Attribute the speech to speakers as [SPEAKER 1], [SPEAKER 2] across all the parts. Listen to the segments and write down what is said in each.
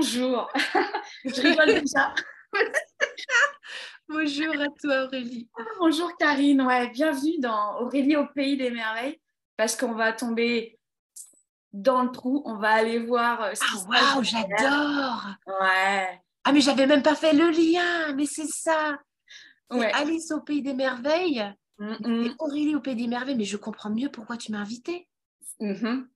[SPEAKER 1] Bonjour. Je rigole déjà.
[SPEAKER 2] Bonjour à toi Aurélie.
[SPEAKER 1] Bonjour Karine. Ouais, bienvenue dans Aurélie au pays des merveilles. Parce qu'on va tomber dans le trou. On va aller voir ce qui
[SPEAKER 2] Ah
[SPEAKER 1] se passe
[SPEAKER 2] waouh,
[SPEAKER 1] derrière.
[SPEAKER 2] j'adore.
[SPEAKER 1] Ouais.
[SPEAKER 2] Ah mais j'avais même pas fait le lien, mais c'est ça. C'est
[SPEAKER 1] Ouais.
[SPEAKER 2] Alice au pays des merveilles.
[SPEAKER 1] Mm,
[SPEAKER 2] Mais c'est
[SPEAKER 1] mm,
[SPEAKER 2] Aurélie au pays des merveilles, mais je comprends mieux pourquoi tu m'as invitée.
[SPEAKER 1] mhm.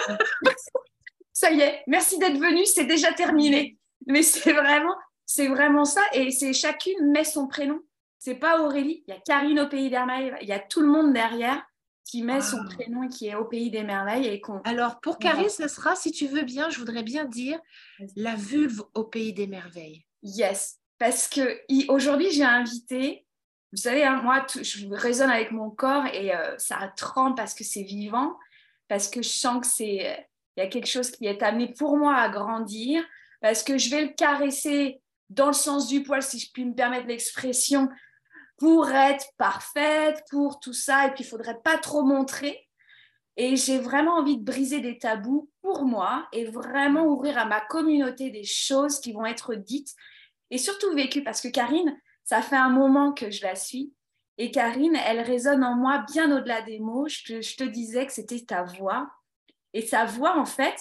[SPEAKER 1] Ça y est. Merci d'être venue. C'est déjà terminé. Mais c'est vraiment ça. Et c'est chacune met son prénom. C'est pas Aurélie. Il y a Karine au pays des merveilles. Il y a tout le monde derrière qui met son
[SPEAKER 2] Waouh.
[SPEAKER 1] prénom et qui est au pays des merveilles et qu'on
[SPEAKER 2] Alors pour
[SPEAKER 1] on
[SPEAKER 2] Karine,
[SPEAKER 1] va.
[SPEAKER 2] ça sera, si tu veux bien, je voudrais bien dire la vulve au pays des merveilles.
[SPEAKER 1] Yes, parce que aujourd'hui j'ai invité, vous savez, hein, moi je résonne avec mon corps et ça tremble parce que c'est vivant, parce que je sens que il y a quelque chose qui est amené pour moi à grandir, parce que je vais le caresser dans le sens du poil, si je puis me permettre l'expression, pour être parfaite, pour tout ça, et puis il faudrait pas trop montrer. Et j'ai vraiment envie de briser des tabous pour moi et vraiment ouvrir à ma communauté des choses qui vont être dites et surtout vécues parce que Karine, ça fait un moment que je la suis et Karine, elle résonne en moi bien au-delà des mots. Je te disais que c'était ta voix et sa voix, en fait,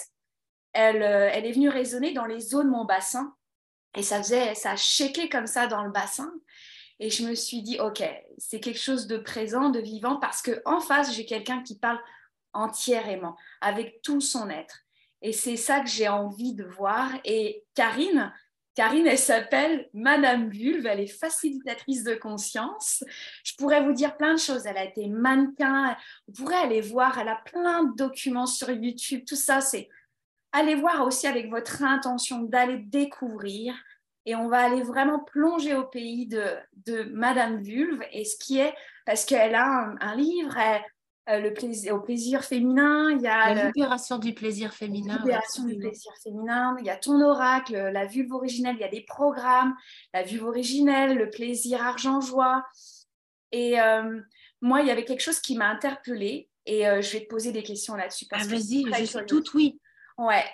[SPEAKER 1] elle est venue résonner dans les eaux de mon bassin et ça a shaké comme ça dans le bassin. Et je me suis dit, OK, c'est quelque chose de présent, de vivant, parce qu'en face, j'ai quelqu'un qui parle entièrement, avec tout son être. Et c'est ça que j'ai envie de voir. Et Karine, elle s'appelle Madame Vulve, elle est facilitatrice de conscience. Je pourrais vous dire plein de choses. Elle a été mannequin, vous pourrez aller voir, elle a plein de documents sur YouTube, tout ça, c'est allez voir aussi avec votre intention d'aller découvrir. Et on va aller vraiment plonger au pays de Madame Vulve et ce qui est, parce qu'elle a un livre, le plaisir, au plaisir féminin, il y
[SPEAKER 2] La
[SPEAKER 1] a
[SPEAKER 2] libération du plaisir
[SPEAKER 1] la
[SPEAKER 2] féminin, ouais,
[SPEAKER 1] libération du
[SPEAKER 2] absolument.
[SPEAKER 1] plaisir féminin, il y a ton oracle, la vulve originelle, il y a des programmes, la vulve originelle, le plaisir argent-joie. Et moi, il y avait quelque chose qui m'a interpellée et je vais te poser des questions là-dessus
[SPEAKER 2] Ah
[SPEAKER 1] parce que je suis
[SPEAKER 2] vas-y,
[SPEAKER 1] très
[SPEAKER 2] je suis
[SPEAKER 1] curieuse.
[SPEAKER 2] toute oui.
[SPEAKER 1] Ouais.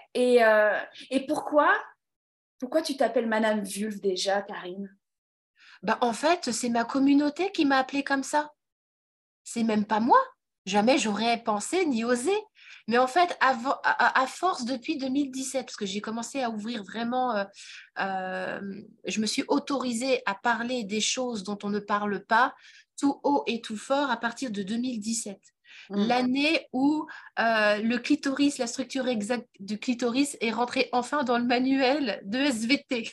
[SPEAKER 1] Et pourquoi tu t'appelles Madame Vulve déjà, Karine?
[SPEAKER 2] Bah, en fait, c'est ma communauté qui m'a appelée comme ça. C'est même pas moi. Jamais j'aurais pensé ni osé. Mais en fait, à force depuis 2017, parce que j'ai commencé à ouvrir vraiment, euh, je me suis autorisée à parler des choses dont on ne parle pas, tout haut et tout fort, à partir de 2017.
[SPEAKER 1] Mm.
[SPEAKER 2] L'année où le clitoris, la structure exacte du clitoris est rentrée enfin dans le manuel de SVT.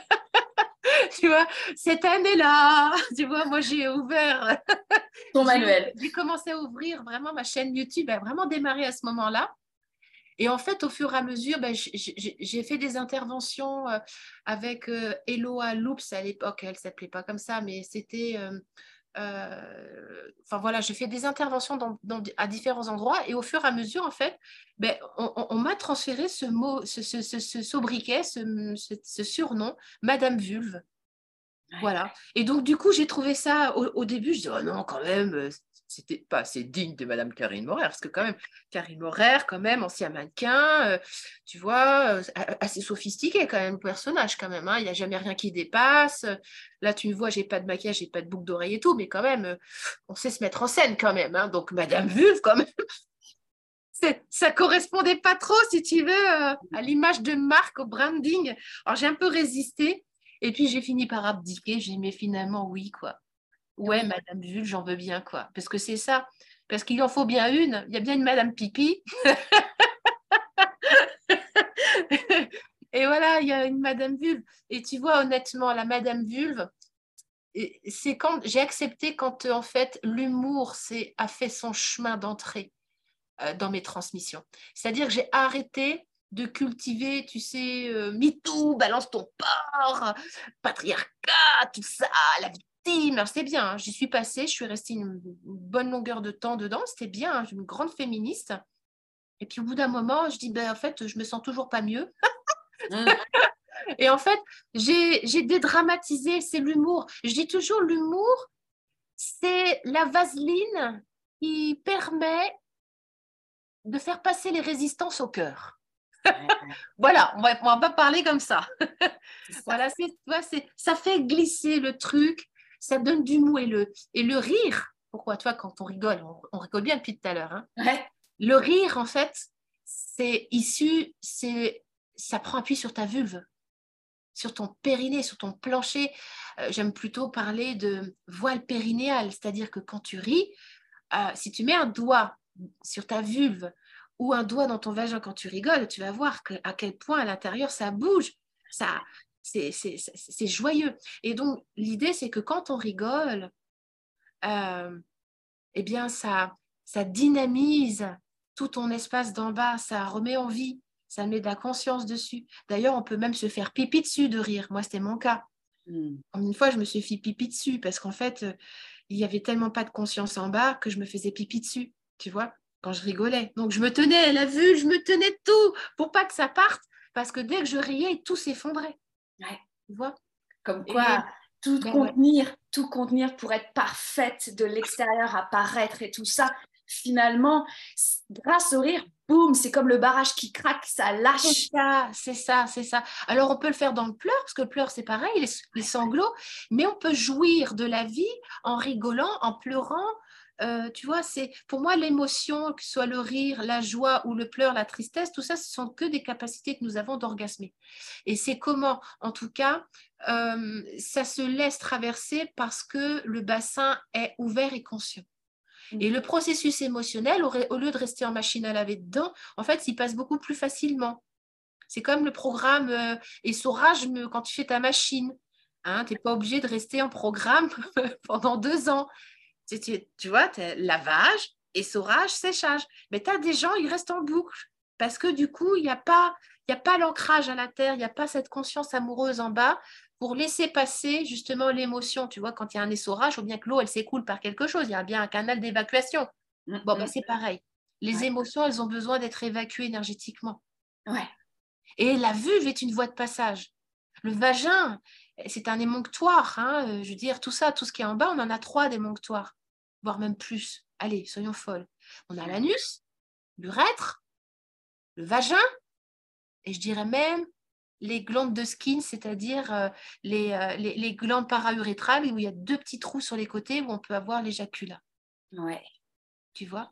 [SPEAKER 2] Tu vois, cette année-là, tu vois, moi j'ai ouvert
[SPEAKER 1] Ton manuel.
[SPEAKER 2] j'ai commencé à ouvrir vraiment ma chaîne YouTube, elle a vraiment démarré à ce moment-là. Et en fait, au fur et à mesure, ben, j'ai fait des interventions avec Eloa Loops à l'époque. Elle ne s'appelait pas comme ça, mais c'était... enfin voilà, j'ai fait des interventions à différents endroits. Et au fur et à mesure, en fait, ben, on m'a transféré ce mot, ce sobriquet, ce surnom, Madame Vulve.
[SPEAKER 1] Ouais.
[SPEAKER 2] Voilà. Et donc, du coup, j'ai trouvé ça au début, je dis, oh non, quand même, c'était pas assez digne de Madame Karine Morer, parce que quand même, Karine Morer, quand même, ancien mannequin, tu vois, assez sophistiqué quand même, le personnage, quand même, hein, il n'y a jamais rien qui dépasse. Là, tu me vois, j'ai pas de maquillage, j'ai pas de boucle d'oreille et tout, mais quand même, on sait se mettre en scène quand même, hein, donc Madame Vulve, quand même, ça correspondait pas trop, si tu veux, à l'image de marque, au branding. Alors, j'ai un peu résisté. Et puis, j'ai fini par abdiquer. J'ai dit, mais finalement, oui, quoi. Ouais,
[SPEAKER 1] Oui.
[SPEAKER 2] Madame Jules, j'en veux bien, quoi. Parce que c'est ça. Parce qu'il en faut bien une. Il y a bien une Madame Pipi. Et voilà, il y a une Madame Vulve. Et tu vois, honnêtement, la Madame Vulve, c'est quand j'ai accepté quand, en fait, l'humour a fait son chemin d'entrée dans mes transmissions. C'est-à-dire que j'ai arrêté de cultiver, tu sais, MeToo, balance ton porc, patriarcat, tout ça, la victime. Alors, c'est bien, hein, j'y suis passée, je suis restée une bonne longueur de temps dedans, c'était bien, hein, une grande féministe. Et puis au bout d'un moment, je dis, ben, en fait, je me sens toujours pas mieux.
[SPEAKER 1] Mm.
[SPEAKER 2] Et en fait, j'ai dédramatisé, c'est l'humour. Je dis toujours, l'humour, c'est la vaseline qui permet de faire passer les résistances au cœur. Voilà, on va parler comme ça.
[SPEAKER 1] C'est ça.
[SPEAKER 2] Voilà, ça fait glisser le truc, ça donne du mou et le rire. Pourquoi, toi, quand on rigole, on rigole bien depuis tout à l'heure, hein.
[SPEAKER 1] Ouais.
[SPEAKER 2] Le rire, en fait, ça prend appui sur ta vulve, sur ton périnée, sur ton plancher. J'aime plutôt parler de voile périnéal, c'est-à-dire que quand tu ris, si tu mets un doigt sur ta vulve ou un doigt dans ton vagin quand tu rigoles, tu vas voir à quel point à l'intérieur ça bouge. Ça, c'est joyeux. Et donc, l'idée, c'est que quand on rigole, euh, eh bien, ça dynamise tout ton espace d'en bas, ça remet en vie, ça met de la conscience dessus. D'ailleurs, on peut même se faire pipi dessus de rire. Moi, c'était mon cas. Une fois, je me suis fait pipi dessus parce qu'en fait, il n'y avait tellement pas de conscience en bas que je me faisais pipi dessus, tu vois, quand je rigolais. Donc, je me tenais, la vue, je me tenais tout pour pas que ça parte parce que dès que je riais, tout s'effondrait,
[SPEAKER 1] Ouais.
[SPEAKER 2] tu vois.
[SPEAKER 1] Comme
[SPEAKER 2] Et
[SPEAKER 1] quoi,
[SPEAKER 2] ben ouais,
[SPEAKER 1] tout contenir pour être parfaite de l'extérieur, à paraître et tout ça, finalement, grâce au rire, boum, c'est comme le barrage qui craque, ça
[SPEAKER 2] c'est
[SPEAKER 1] lâche.
[SPEAKER 2] ça, c'est ça, c'est ça. Alors, on peut le faire dans le pleur, parce que le pleur, c'est pareil, les sanglots, mais on peut jouir de la vie en rigolant, en pleurant. Tu vois, c'est pour moi l'émotion, que ce soit le rire, la joie ou le pleur, la tristesse, tout ça, ce sont que des capacités que nous avons d'orgasmer. Et c'est comment, en tout cas, ça se laisse traverser parce que le bassin est ouvert et conscient. Et le processus émotionnel, au lieu de rester en machine à laver dedans, en fait, il passe beaucoup plus facilement. C'est comme le programme essorage quand tu fais ta machine. Hein, tu n'es pas obligé de rester en programme pendant 2 ans. Tu vois, lavage, essorage, séchage. Mais tu as des gens, ils restent en boucle parce que du coup, il y a pas l'ancrage à la terre, il n'y a pas cette conscience amoureuse en bas pour laisser passer justement l'émotion. Tu vois, quand il y a un essorage, il faut bien que l'eau, elle s'écoule par quelque chose. Il y a bien un canal d'évacuation. Bon, ben, c'est pareil. Les
[SPEAKER 1] Ouais.
[SPEAKER 2] émotions, elles ont besoin d'être évacuées énergétiquement.
[SPEAKER 1] Ouais.
[SPEAKER 2] Et la vulve est une voie de passage. Le vagin, c'est un émonctoire. Hein. Je veux dire, tout ça, tout ce qui est en bas, on en a 3 d'émonctoires, voire même plus. Allez, soyons folles. On a l'anus, l'urètre, le vagin, et je dirais même les glandes de Skin, c'est-à-dire les glandes paraurétrales, où il y a 2 petits trous sur les côtés où on peut avoir l'éjaculat.
[SPEAKER 1] Ouais.
[SPEAKER 2] Tu vois?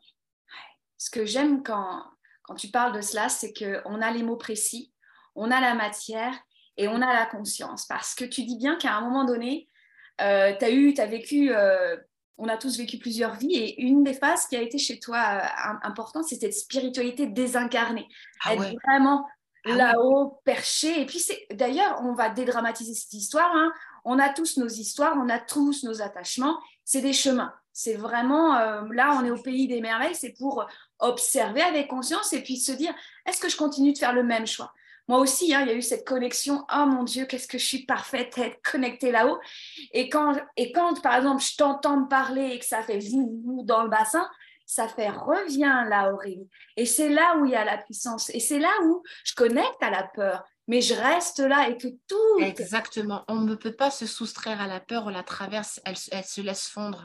[SPEAKER 1] Ce que j'aime quand tu parles de cela, c'est qu'on a les mots précis, on a la matière et on a la conscience. Parce que tu dis bien qu'à un moment donné, tu as vécu, on a tous vécu plusieurs vies et une des phases qui a été chez toi importante, c'est cette spiritualité désincarnée.
[SPEAKER 2] Ah
[SPEAKER 1] Être
[SPEAKER 2] ouais,
[SPEAKER 1] vraiment
[SPEAKER 2] ah oui.
[SPEAKER 1] là-haut, perché. Et puis, d'ailleurs, on va dédramatiser cette histoire. Hein. On a tous nos histoires, on a tous nos attachements. C'est des chemins. C'est vraiment, là, on est au pays des merveilles. C'est pour observer avec conscience et puis se dire, est-ce que je continue de faire le même choix? Moi aussi, hein, il y a eu cette connexion. Oh mon Dieu, qu'est-ce que je suis parfaite à être connectée là-haut. Et quand, par exemple, je t'entends me parler et que ça fait vous dans le bassin, ça fait reviens là, Aurélie. Et c'est là où il y a la puissance. Et c'est là où je connecte à la peur. Mais je reste là et que tout.
[SPEAKER 2] Exactement. On ne peut pas se soustraire à la peur, on la traverse, elle se laisse fondre.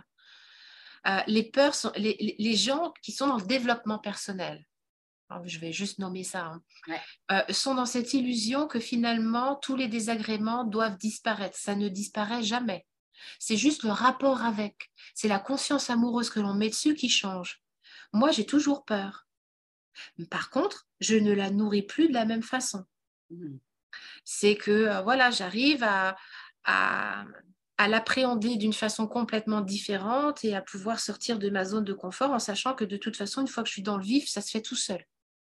[SPEAKER 2] Les peurs sont les gens qui sont dans le développement personnel, alors, je vais juste nommer ça, hein,
[SPEAKER 1] Ouais.
[SPEAKER 2] sont dans cette illusion que finalement tous les désagréments doivent disparaître. Ça ne disparaît jamais. C'est juste le rapport avec. C'est la conscience amoureuse que l'on met dessus qui change. Moi, j'ai toujours peur. Par contre, je ne la nourris plus de la même façon. C'est que voilà, j'arrive à, à l'appréhender d'une façon complètement différente et à pouvoir sortir de ma zone de confort en sachant que de toute façon, une fois que je suis dans le vif, ça se fait tout seul.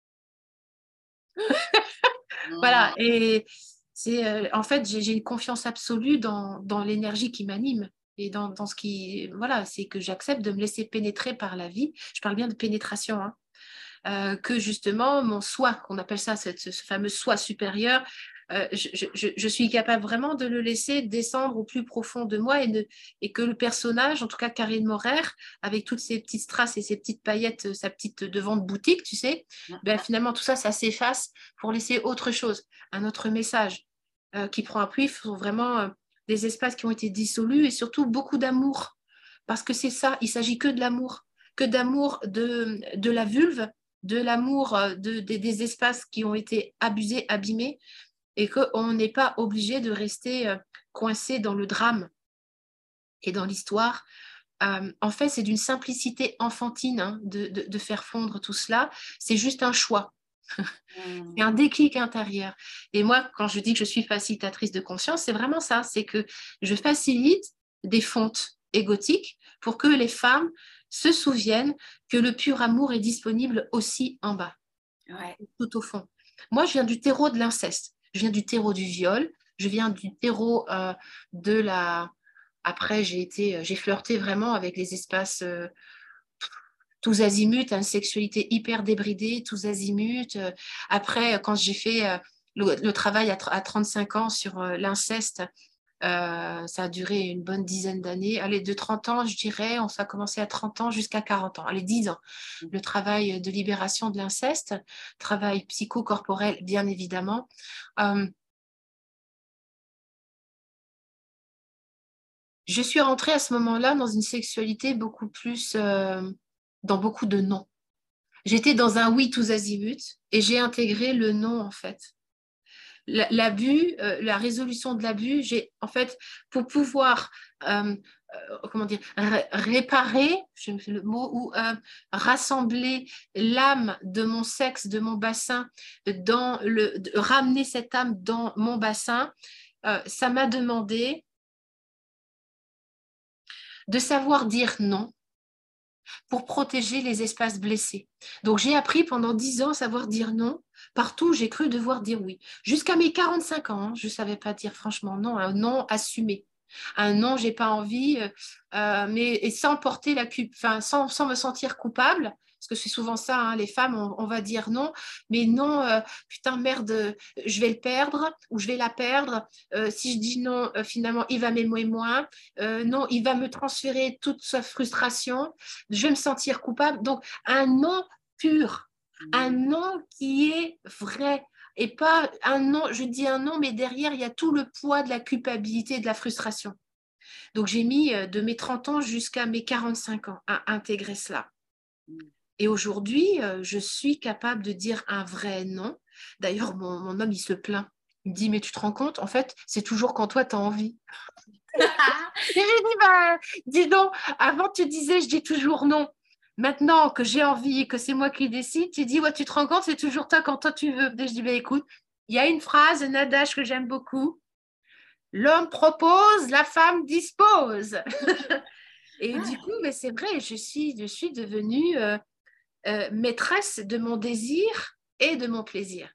[SPEAKER 2] Voilà, et c'est en fait, j'ai une confiance absolue dans l'énergie qui m'anime et dans ce qui, voilà, c'est que j'accepte de me laisser pénétrer par la vie. Je parle bien de pénétration, hein. Que justement mon soi, qu'on appelle ça, ce fameux soi supérieur, je suis capable vraiment de le laisser descendre au plus profond de moi et que le personnage, en tout cas Karine Morer, avec toutes ses petites strass et ses petites paillettes, sa petite devant de boutique, tu sais, ben, finalement tout ça, ça s'efface pour laisser autre chose, un autre message qui prend appui sur vraiment des espaces qui ont été dissolus et surtout beaucoup d'amour. Parce que c'est ça, il s'agit que de l'amour de la vulve de l'amour des espaces qui ont été abusés, abîmés, et qu'on n'est pas obligé de rester coincé dans le drame et dans l'histoire. En fait, c'est d'une simplicité enfantine hein, de faire fondre tout cela. C'est juste un choix. C'est un déclic intérieur. Et moi, quand je dis que je suis facilitatrice de conscience, c'est vraiment ça. C'est que je facilite des fontes égotiques pour que les femmes se souviennent que le pur amour est disponible aussi en bas,
[SPEAKER 1] Ouais.
[SPEAKER 2] tout au fond. Moi, je viens du terreau de l'inceste. Je viens du terreau du viol. Je viens du terreau de la... Après, j'ai flirté vraiment avec les espaces tous azimuts, une sexualité hyper débridée, tous azimuts. Après, quand j'ai fait le travail à 35 ans sur l'inceste, ça a duré une bonne dizaine d'années. Allez, de 30 ans, je dirais, on a commencé à 30 ans jusqu'à 40 ans. Allez, 10 ans. Le travail de libération de l'inceste, travail psychocorporel, bien évidemment. Je suis rentrée à ce moment-là dans une sexualité beaucoup plus, dans beaucoup de non. J'étais dans un oui tous azimuts et j'ai intégré le non en fait. L'abus, la résolution de l'abus, j'ai en fait pour pouvoir comment dire réparer, je me fais le mot ou rassembler l'âme de mon sexe, de mon bassin, ramener cette âme dans mon bassin, ça m'a demandé de savoir dire non pour protéger les espaces blessés. Donc, j'ai appris pendant 10 ans à savoir dire non. Partout, j'ai cru devoir dire oui. Jusqu'à mes 45 ans, je ne savais pas dire franchement non, un non assumé. Un non, j'ai pas envie, mais et sans porter enfin, sans me sentir coupable, parce que c'est souvent ça, hein, les femmes, on va dire non, mais non, putain, merde, je vais le perdre ou je vais la perdre. Si je dis non, finalement, il va m'aimer moins. Non, il va me transférer toute sa frustration. Je vais me sentir coupable. Donc, un non pur, un non qui est vrai. Et pas un non, je dis un non, mais derrière, il y a tout le poids de la culpabilité et de la frustration. Donc, j'ai mis de mes 30 ans jusqu'à mes 45 ans à intégrer cela. Et aujourd'hui, je suis capable de dire un vrai non. D'ailleurs, mon homme, il se plaint. Il me dit, mais tu te rends compte, en fait, c'est toujours quand toi, tu as envie. Et j'ai dit, bah, dis donc, avant, tu disais, je dis toujours non. Maintenant que j'ai envie et que c'est moi qui décide, tu dis, ouais, tu te rends compte, c'est toujours toi quand toi tu veux. Et je dis, bah, écoute, il y a une phrase, un adage que j'aime beaucoup. L'homme propose, la femme dispose. Et du coup, mais c'est vrai, je suis devenue maîtresse de mon désir et de mon plaisir.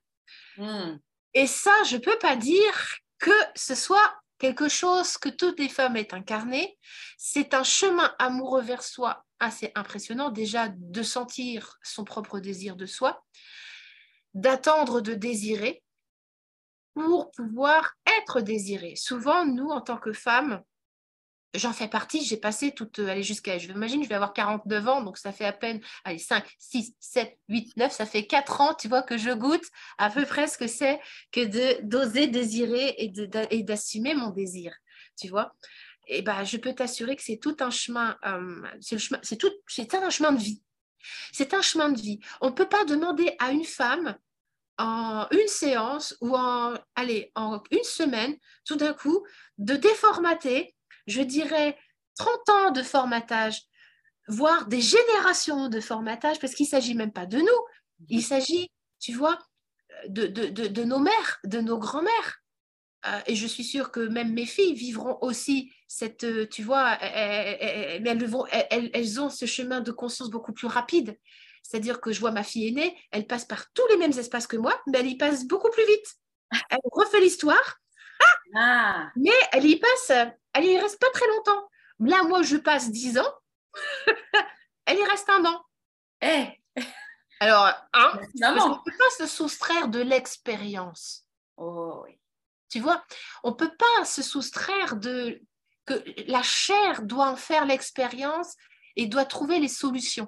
[SPEAKER 2] Et ça, je ne peux pas dire que ce soit quelque chose que toutes les femmes aient incarné. C'est un chemin amoureux vers soi assez impressionnant, déjà de sentir son propre désir de soi, d'attendre de désirer pour pouvoir être désirée. Souvent, nous, en tant que femmes, j'en fais partie, j'ai passé toute, allez, jusqu'à, je m'imagine, je vais avoir 49 ans, donc ça fait à peine, allez, 5, 6, 7, 8, 9, ça fait 4 ans, tu vois, que je goûte à peu près ce que c'est que d'oser désirer et d'assumer mon désir, tu vois. Et ben, je peux t'assurer que c'est tout un chemin, c'est un chemin de vie. C'est un chemin de vie. On ne peut pas demander à une femme en une séance ou allez, en une semaine, tout d'un coup, de déformater, je dirais 30 ans de formatage, voire des générations de formatage, parce qu'il ne s'agit même pas de nous, il s'agit, tu vois, de nos mères, de nos grands-mères. Et je suis sûre que même mes filles vivront aussi cette, tu vois, mais elles ont ce chemin de conscience beaucoup plus rapide. C'est-à-dire que je vois ma fille aînée, elle passe par tous les mêmes espaces que moi, mais elle y passe beaucoup plus vite. Elle refait l'histoire, mais elle y reste pas très longtemps. Là, moi, je passe 10 ans, elle y reste un an. Alors, parce qu'on ne peut pas se soustraire de l'expérience.
[SPEAKER 1] Oh, oui.
[SPEAKER 2] Tu vois, on ne peut pas se soustraire que la chair doit en faire l'expérience et doit trouver les solutions.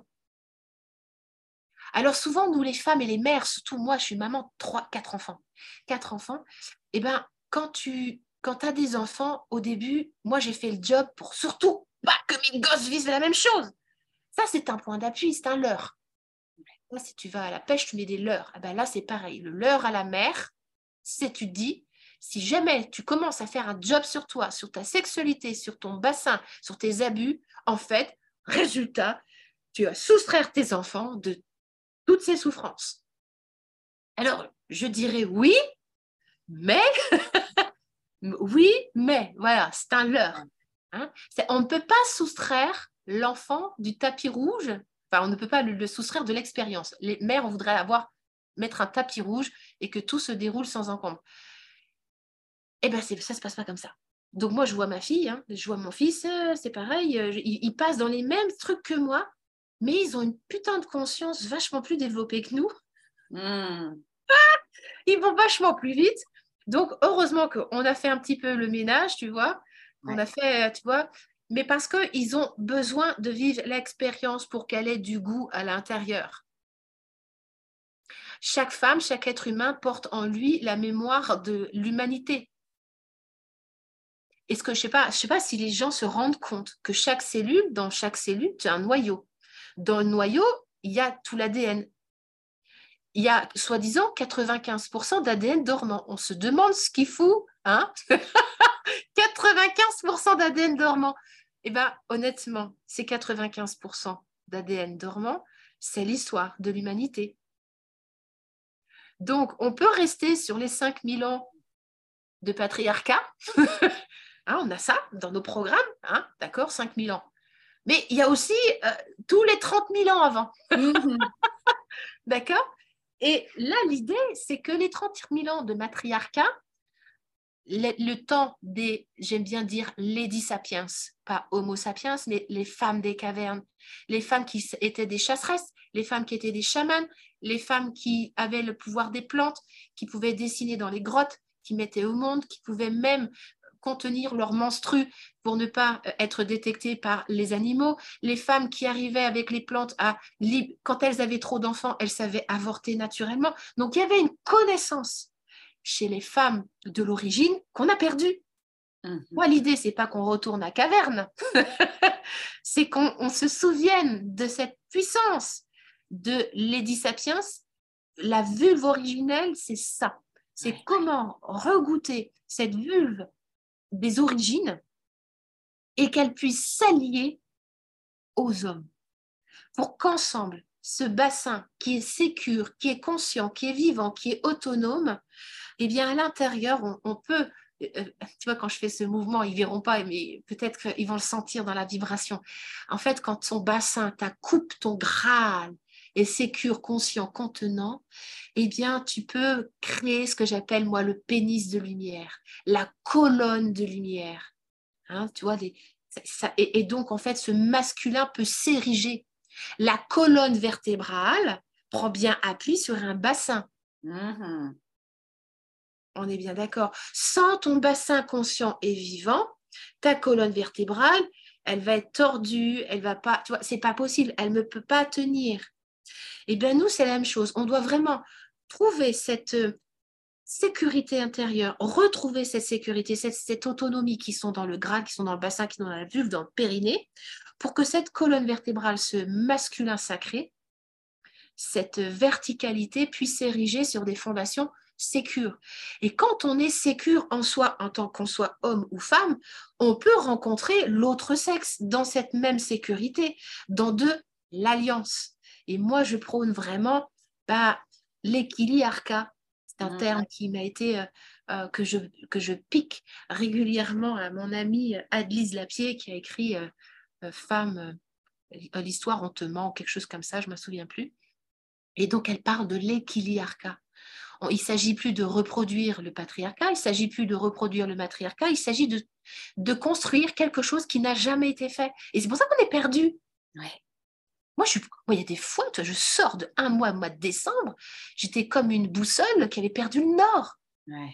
[SPEAKER 2] Alors souvent, nous les femmes et les mères, surtout moi, je suis maman de 4 enfants. 4 enfants, et ben quand tu as des enfants, au début, moi j'ai fait le job pour surtout pas que mes gosses vivent la même chose. Ça, c'est un point d'appui, c'est un leurre. Là, si tu vas à la pêche, tu mets des leurres. Ah ben là, c'est pareil. Le leurre à la mer, c'est tu te dis, si jamais tu commences à faire un job sur toi, sur ta sexualité, sur ton bassin, sur tes abus, en fait, résultat, tu vas soustraire tes enfants de toutes ces souffrances. Alors, je dirais oui, mais, oui, mais, voilà, c'est un leurre. Hein. On ne peut pas soustraire l'enfant du tapis rouge, enfin, on ne peut pas le soustraire de l'expérience. Les mères, on voudrait mettre un tapis rouge et que tout se déroule sans encombre. Eh bien, ça ne se passe pas comme ça. Donc, moi, je vois ma fille, hein, je vois mon fils, c'est pareil, ils passent dans les mêmes trucs que moi, mais ils ont une putain de conscience vachement plus développée que nous. Ils vont vachement plus vite. Donc, heureusement qu'on a fait un petit peu le ménage, tu vois, qu'on a fait, tu vois, mais parce qu'ils ont besoin de vivre l'expérience pour qu'elle ait du goût à l'intérieur. Chaque femme, chaque être humain porte en lui la mémoire de l'humanité. Est-ce que je sais pas si les gens se rendent compte que dans chaque cellule, tu as un noyau. Dans le noyau, il y a tout l'ADN. Il y a, soi-disant, 95% d'ADN dormant. On se demande ce qu'il fout, hein. 95% d'ADN dormant. Eh bien, honnêtement, ces 95% d'ADN dormant, c'est l'histoire de l'humanité. Donc, on peut rester sur les 5000 ans de patriarcat. Hein, on a ça dans nos programmes, hein, d'accord, 5000 ans. Mais il y a aussi tous les 30 000 ans avant. D'accord. Et là, l'idée, c'est que les 30 000 ans de matriarcat, le temps des, j'aime bien dire, Lady Sapiens, pas Homo sapiens, mais les femmes des cavernes, les femmes qui étaient des chasseresses, les femmes qui étaient des chamans, les femmes qui avaient le pouvoir des plantes, qui pouvaient dessiner dans les grottes, qui mettaient au monde, qui pouvaient même contenir leurs menstrues pour ne pas être détectées par les animaux, les femmes qui arrivaient avec les plantes quand elles avaient trop d'enfants, elles savaient avorter naturellement. Donc il y avait une connaissance chez les femmes de l'origine qu'on a perdue. Moi, l'idée, c'est pas qu'on retourne à caverne, c'est qu'on se souvienne de cette puissance de Lady Sapiens. La vulve originelle, c'est ça. C'est comment regoûter cette vulve des origines et qu'elle puisse s'allier aux hommes pour qu'ensemble, ce bassin qui est sécure, qui est conscient, qui est vivant, qui est autonome, eh bien, à l'intérieur, on peut, tu vois, quand je fais ce mouvement, ils ne verront pas, mais peut-être qu'ils vont le sentir dans la vibration. En fait, quand ton bassin, ta coupe, ton Graal est sécure, conscient, contenant, eh bien, tu peux créer ce que j'appelle, moi, le pénis de lumière, la colonne de lumière. Hein, tu vois, et donc, en fait, ce masculin peut s'ériger. La colonne vertébrale prend bien appui sur un bassin. On est bien d'accord. Sans ton bassin conscient et vivant, ta colonne vertébrale, elle va être tordue, elle va pas, tu vois, c'est pas possible, elle ne peut pas tenir. Et bien nous, c'est la même chose. On doit vraiment trouver cette sécurité intérieure, retrouver cette sécurité, cette autonomie qui sont dans le Graal, qui sont dans le bassin, qui sont dans la vulve, dans le périnée, pour que cette colonne vertébrale, ce masculin sacré, cette verticalité puisse s'ériger sur des fondations sécures. Et quand on est sécure en soi, en tant qu'on soit homme ou femme, on peut rencontrer l'autre sexe dans cette même sécurité, dans de l'alliance. Et moi, je prône vraiment l'équiliarca. C'est un terme qui m'a été, que je pique régulièrement à mon amie Adelise Lapierre, qui a écrit Femme, l'histoire, on te ment, quelque chose comme ça, je ne me souviens plus. Et donc, elle parle de l'équiliarca. Il ne s'agit plus de reproduire le patriarcat, il ne s'agit plus de reproduire le matriarcat, il s'agit de construire quelque chose qui n'a jamais été fait. Et c'est pour ça qu'on est perdu. Ouais. Moi, il y a des fois, je sors de un mois, mois de décembre, j'étais comme une boussole qui avait perdu le nord. Ouais.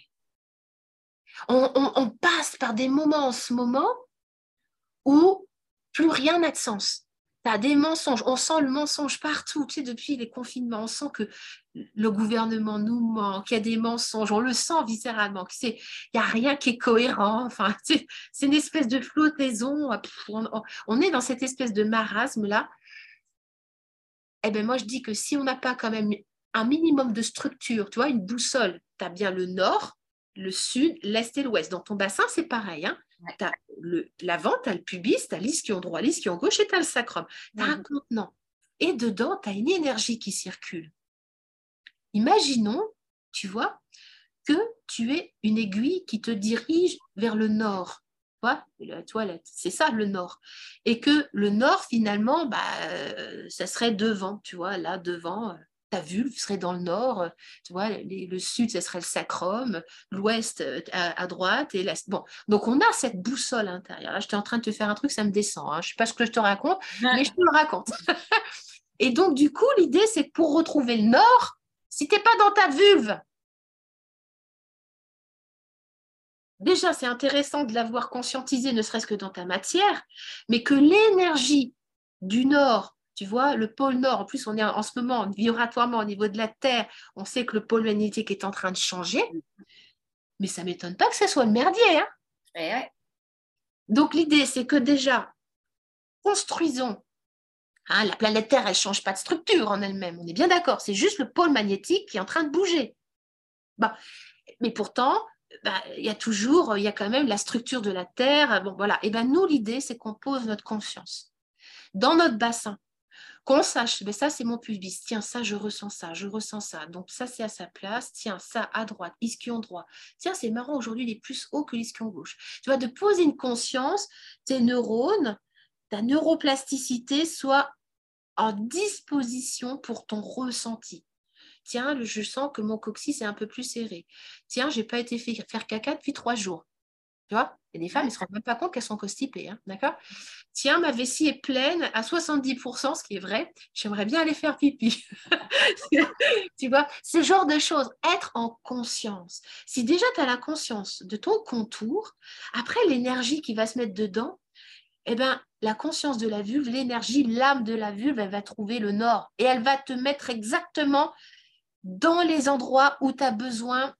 [SPEAKER 2] On passe par des moments en ce moment où plus rien n'a de sens. Tu as des mensonges, on sent le mensonge partout, tu sais, depuis les confinements, on sent que le gouvernement nous ment, qu'il y a des mensonges, on le sent viscéralement, il n'y a rien qui est cohérent, enfin, c'est une espèce de flottaison, on est dans cette espèce de marasme-là. Eh bien, moi, je dis que si on n'a pas quand même un minimum de structure, tu vois, une boussole, tu as bien le nord, le sud, l'est et l'ouest. Dans ton bassin, c'est pareil. Hein.
[SPEAKER 1] Ouais.
[SPEAKER 2] Tu as l'avant, tu as le pubis, tu as l'ischio droit, l'ischio gauche et tu as le sacrum. Tu as un contenant. Et dedans, tu as une énergie qui circule. Imaginons, tu vois, que tu es une aiguille qui te dirige vers le nord. Tu vois, c'est ça le nord. Et que le nord, finalement, ça serait devant, tu vois, là, devant, ta vulve serait dans le nord, tu vois, le sud, ce serait le sacrum, l'ouest à droite et l'est. Bon, donc on a cette boussole intérieure. Là, j'étais en train de te faire un truc, ça me descend. Hein. Je ne sais pas ce que je te raconte, mais je te le raconte. Et donc, du coup, l'idée, c'est que pour retrouver le nord, si tu n'es pas dans ta vulve, déjà, c'est intéressant de l'avoir conscientisé, ne serait-ce que dans ta matière, mais que l'énergie du Nord, tu vois, le pôle Nord, en plus, on est en ce moment vibratoirement au niveau de la Terre, on sait que le pôle magnétique est en train de changer, mais ça ne m'étonne pas que ce soit le merdier. Hein.
[SPEAKER 1] Ouais.
[SPEAKER 2] Donc, l'idée, c'est que déjà, construisons. Hein, la planète Terre, elle ne change pas de structure en elle-même, on est bien d'accord, c'est juste le pôle magnétique qui est en train de bouger. Bon. Mais pourtant, il y a quand même la structure de la Terre. Bon, voilà. Et ben nous, l'idée, c'est qu'on pose notre conscience dans notre bassin, qu'on sache, mais ça, c'est mon pubis. Tiens, ça, je ressens ça, je ressens ça. Donc, ça, c'est à sa place. Tiens, ça, à droite, ischion droit. Tiens, c'est marrant, aujourd'hui, il est plus haut que l'ischion gauche. Tu vois, de poser une conscience, tes neurones, ta neuroplasticité soit en disposition pour ton ressenti. Tiens, je sens que mon coccyx est un peu plus serré. Tiens, je n'ai pas été faire caca depuis 3 jours. Tu vois, il y a des femmes, elles ne se rendent même pas compte qu'elles sont constipées. Hein, d'accord. Tiens, ma vessie est pleine à 70%, ce qui est vrai. J'aimerais bien aller faire pipi. Tu vois, ce genre de choses. Être en conscience. Si déjà tu as la conscience de ton contour, après l'énergie qui va se mettre dedans, eh ben, la conscience de la vulve, l'énergie, l'âme de la vulve, elle va trouver le nord. Et elle va te mettre exactement dans les endroits où tu as besoin,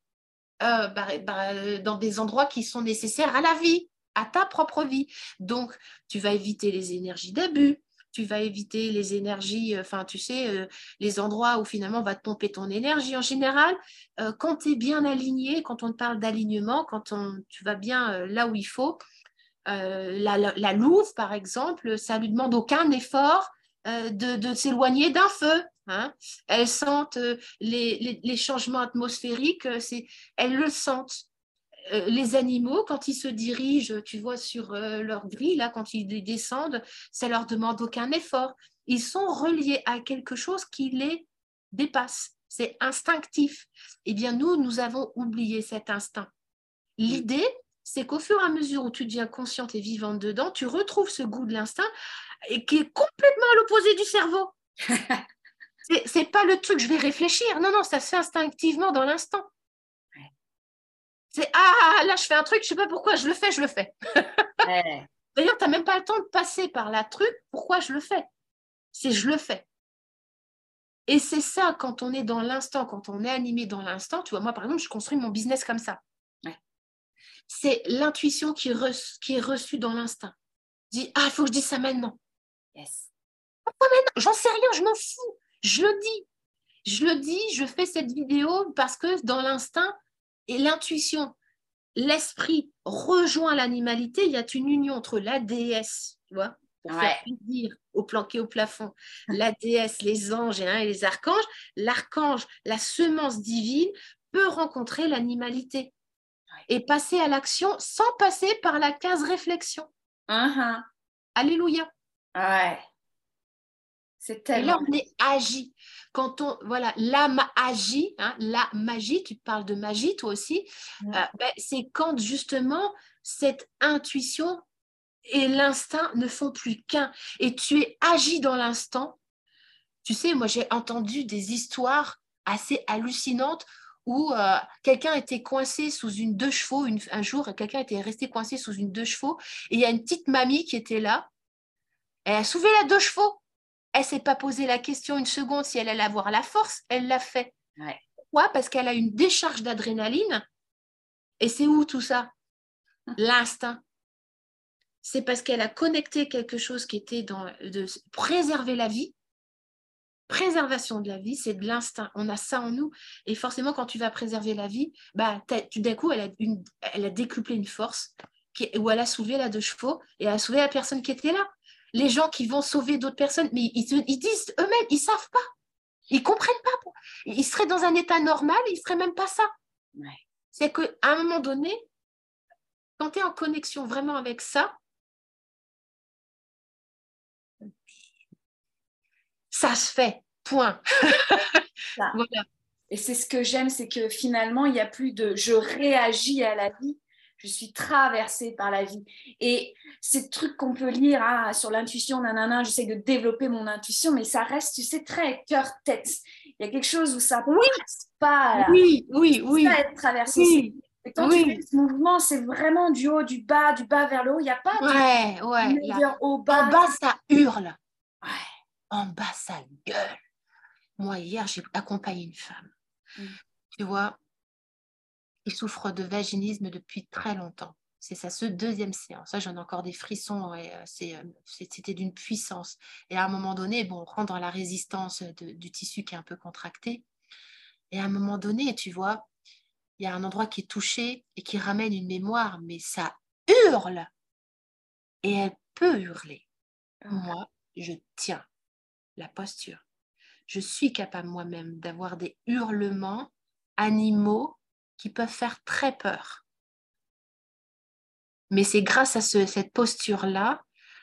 [SPEAKER 2] dans des endroits qui sont nécessaires à la vie, à ta propre vie. Donc, tu vas éviter les énergies d'abus, tu vas éviter les énergies, tu sais, les endroits où finalement on va te pomper ton énergie en général. Quand tu es bien aligné, quand on te parle d'alignement, tu vas bien là où il faut, la louve, par exemple, ça lui demande aucun effort de s'éloigner d'un feu. Hein. Elles sentent les changements atmosphériques, elles le sentent. Les animaux, quand ils se dirigent, tu vois, sur leur grille, là, quand ils descendent, ça leur demande aucun effort. Ils sont reliés à quelque chose qui les dépasse. C'est instinctif. Eh bien, nous avons oublié cet instinct. L'idée, c'est qu'au fur et à mesure où tu deviens consciente et vivante dedans, tu retrouves ce goût de l'instinct et qui est complètement à l'opposé du cerveau. C'est pas le truc, je vais réfléchir. Non, non, ça se fait instinctivement dans l'instant. C'est là, je fais un truc, je sais pas pourquoi, je le fais.
[SPEAKER 1] Ouais.
[SPEAKER 2] D'ailleurs, tu n'as même pas le temps de passer par la truc, pourquoi je le fais. C'est je le fais. Et c'est ça, quand on est dans l'instant, quand on est animé dans l'instant, tu vois, moi, par exemple, je construis mon business comme ça.
[SPEAKER 1] Ouais.
[SPEAKER 2] C'est l'intuition qui est reçue dans l'instinct. Dis, il faut que je dise ça maintenant.
[SPEAKER 1] Yes.
[SPEAKER 2] Pourquoi maintenant? J'en sais rien, je m'en fous. Je le dis. Je le dis, je fais cette vidéo parce que dans l'instinct et l'intuition, l'esprit rejoint l'animalité. Il y a une union entre la déesse, tu vois, pour faire plaisir au planqué au plafond, la déesse, les anges et les archanges. L'archange, la semence divine, peut rencontrer l'animalité et passer à l'action sans passer par la case réflexion. Alléluia.
[SPEAKER 1] Ouais. C'est
[SPEAKER 2] Et là,
[SPEAKER 1] tellement.
[SPEAKER 2] on est agi. Voilà, l'âme agit, hein, la magie, tu parles de magie toi aussi, c'est quand justement cette intuition et l'instinct ne font plus qu'un. Et tu es agi dans l'instant. Tu sais, moi, j'ai entendu des histoires assez hallucinantes où quelqu'un était coincé sous une 2 chevaux. Un jour, quelqu'un était resté coincé sous une 2 chevaux et il y a une petite mamie qui était là. Elle a soulevé la 2 chevaux. Elle ne s'est pas posé la question une seconde si elle allait avoir la force. Elle l'a fait.
[SPEAKER 1] Ouais.
[SPEAKER 2] Pourquoi? Parce qu'elle a une décharge d'adrénaline. Et c'est où tout ça? L'instinct. C'est parce qu'elle a connecté quelque chose qui était de préserver la vie, préservation de la vie, c'est de l'instinct. On a ça en nous. Et forcément, quand tu vas préserver la vie, d'un coup, elle a décuplé une force où elle a soulevé la 2 chevaux et elle a sauvé la personne qui était là. Les gens qui vont sauver d'autres personnes, mais ils disent eux-mêmes, ils ne savent pas. Ils ne comprennent pas. Ils seraient dans un état normal, ils ne feraient même pas ça.
[SPEAKER 1] Ouais.
[SPEAKER 2] C'est qu'à un moment donné, quand tu es en connexion vraiment avec ça, ça se fait. Point. Voilà.
[SPEAKER 1] Et c'est ce que j'aime, c'est que finalement, il n'y a plus de je réagis à la vie, je suis traversée par la vie. Et ces trucs qu'on peut lire sur l'intuition, nanana, j'essaie de développer mon intuition, mais ça reste, tu sais, très cœur-tête. Il y a quelque chose où ça ne passe pas. Là.
[SPEAKER 2] Oui.
[SPEAKER 1] Ça, être traversé.
[SPEAKER 2] Oui.
[SPEAKER 1] Et quand tu fais ce mouvement, c'est vraiment du haut, du bas vers le haut. Il n'y a pas de meilleur haut, bas.
[SPEAKER 2] En bas, ça hurle.
[SPEAKER 1] Ouais.
[SPEAKER 2] En bas, ça gueule. Moi, hier, j'ai accompagné une femme. Tu vois, il souffre de vaginisme depuis très longtemps. C'est sa 2e séance. Ça, j'en ai encore des frissons. Et, c'était d'une puissance. Et à un moment donné, on rentre dans la résistance du tissu qui est un peu contracté. Et à un moment donné, tu vois, il y a un endroit qui est touché et qui ramène une mémoire, mais ça hurle. Et elle peut hurler. Moi, je tiens la posture. Je suis capable moi-même d'avoir des hurlements animaux qui peuvent faire très peur. Mais c'est grâce à cette posture-là,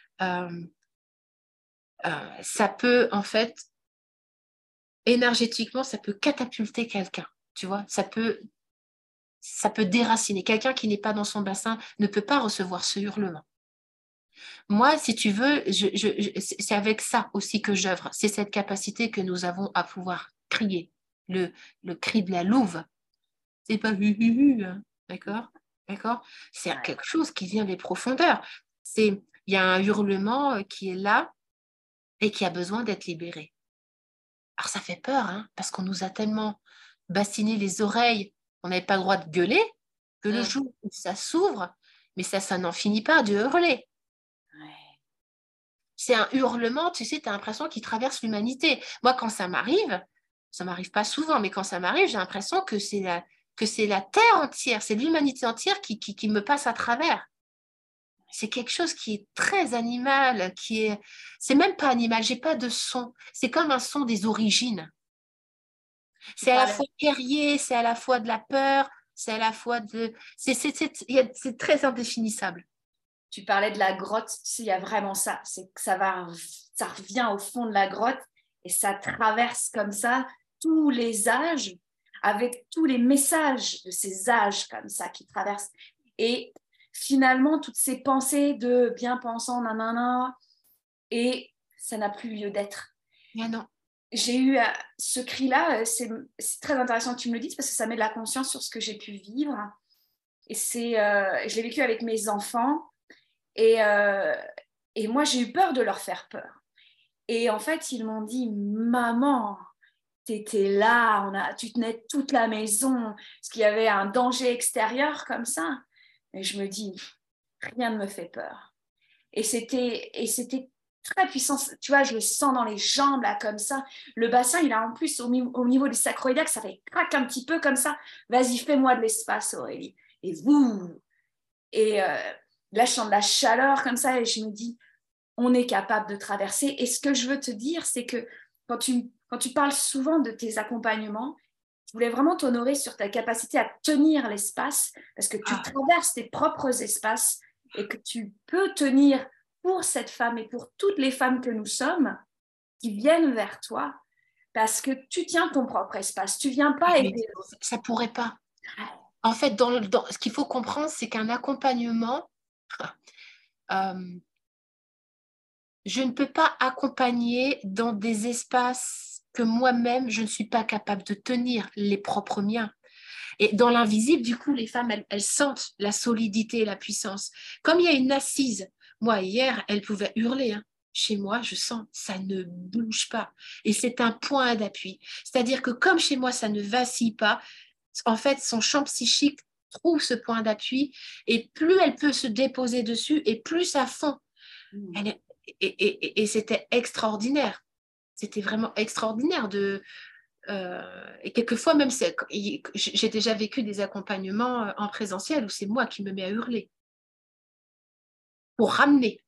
[SPEAKER 2] ça peut, en fait, énergétiquement, ça peut catapulter quelqu'un. Tu vois, ça peut déraciner. Quelqu'un qui n'est pas dans son bassin ne peut pas recevoir ce hurlement. Moi, si tu veux, c'est avec ça aussi que j'œuvre. C'est cette capacité que nous avons à pouvoir crier. Le cri de la louve. C'est pas hein. D'accord? C'est quelque chose qui vient des profondeurs. Il y a un hurlement qui est là et qui a besoin d'être libéré. Alors ça fait peur, hein, parce qu'on nous a tellement bassiné les oreilles, on n'avait pas le droit de gueuler, que le jour où ça s'ouvre, mais ça n'en finit pas de hurler. C'est un hurlement, tu sais, tu as l'impression qu'il traverse l'humanité. Moi, quand ça m'arrive pas souvent, mais quand ça m'arrive, j'ai l'impression que c'est la terre entière, c'est l'humanité entière qui me passe à travers. C'est quelque chose qui est très animal, c'est même pas animal, j'ai pas de son. C'est comme un son des origines. C'est à la fois guerrier, c'est à la fois de la peur, c'est à la fois c'est très indéfinissable.
[SPEAKER 1] Tu parlais de la grotte, tu sais, il y a vraiment ça. C'est que ça revient au fond de la grotte et ça traverse comme ça tous les âges avec tous les messages de ces âges comme ça qui traversent. Et finalement, toutes ces pensées de bien-pensant, nanana, et ça n'a plus lieu d'être.
[SPEAKER 2] Mais non.
[SPEAKER 1] J'ai eu ce cri-là, c'est très intéressant que tu me le dises parce que ça met de la conscience sur ce que j'ai pu vivre. Et je l'ai vécu avec mes enfants. Et moi, j'ai eu peur de leur faire peur. Et en fait, ils m'ont dit, maman, t'étais là, tu tenais toute la maison, parce qu'il y avait un danger extérieur comme ça. Et je me dis, rien ne me fait peur. Et c'était très puissant. Tu vois, je le sens dans les jambes, là, comme ça. Le bassin, il a en plus, au niveau du sacroiliac, ça fait craque un petit peu comme ça. Vas-y, fais-moi de l'espace, Aurélie. Et vous. Et là, je sens de la chaleur comme ça et je me dis, on est capable de traverser. Et ce que je veux te dire, c'est que quand tu parles souvent de tes accompagnements, je voulais vraiment t'honorer sur ta capacité à tenir l'espace parce que tu traverses tes propres espaces et que tu peux tenir pour cette femme et pour toutes les femmes que nous sommes qui viennent vers toi parce que tu tiens ton propre espace. Tu viens pas aider l'autre.
[SPEAKER 2] Ça pourrait pas. En fait, ce qu'il faut comprendre, c'est qu'un accompagnement, je ne peux pas accompagner dans des espaces que moi-même, je ne suis pas capable de tenir les propres miens. Et dans l'invisible, du coup, les femmes, elles sentent la solidité et la puissance. Comme il y a une assise, moi, hier, elle pouvait hurler. Hein. Chez moi, je sens, ça ne bouge pas. Et c'est un point d'appui. C'est-à-dire que comme chez moi, ça ne vacille pas, en fait, son champ psychique trouve ce point d'appui et plus elle peut se déposer dessus et plus ça fond. Et c'était extraordinaire. c'était vraiment extraordinaire et quelquefois même, j'ai déjà vécu des accompagnements en présentiel où c'est moi qui me mets à hurler pour ramener.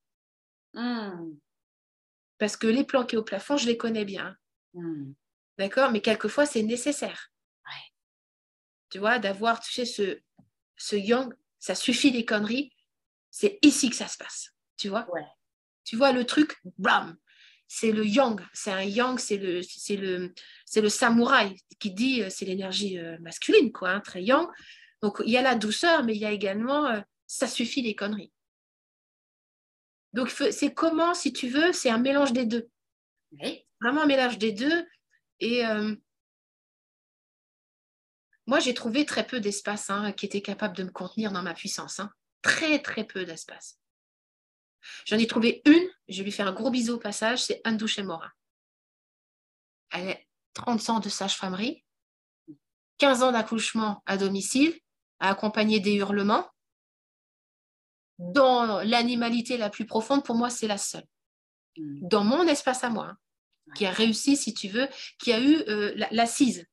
[SPEAKER 2] Parce que les planqués au plafond, je les connais bien. D'accord? Mais quelquefois, c'est nécessaire.
[SPEAKER 1] Ouais.
[SPEAKER 2] Tu vois, d'avoir, tu sais, ce yang, ça suffit les conneries. C'est ici que ça se passe. Tu vois?
[SPEAKER 1] Ouais.
[SPEAKER 2] Tu vois le truc, blam, c'est le yang. C'est un yang, c'est le samouraï qui dit, c'est l'énergie masculine, quoi, hein, très yang. Donc, il y a la douceur, mais il y a également, ça suffit les conneries. Donc, c'est comment, si tu veux, c'est un mélange des deux.
[SPEAKER 1] Oui.
[SPEAKER 2] Vraiment un mélange des deux. Et moi, j'ai trouvé très peu d'espace qui était capable de me contenir dans ma puissance. Très, très peu d'espace. J'en ai trouvé une, je vais lui faire un gros bisou au passage, c'est Anne Douchet-Morin. Elle a 30 ans de sage-famerie, 15 ans d'accouchement à domicile, à accompagner des hurlements. Dans l'animalité la plus profonde, pour moi, c'est la seule. Dans mon espace à moi, qui a réussi, si tu veux, qui a eu l'assise.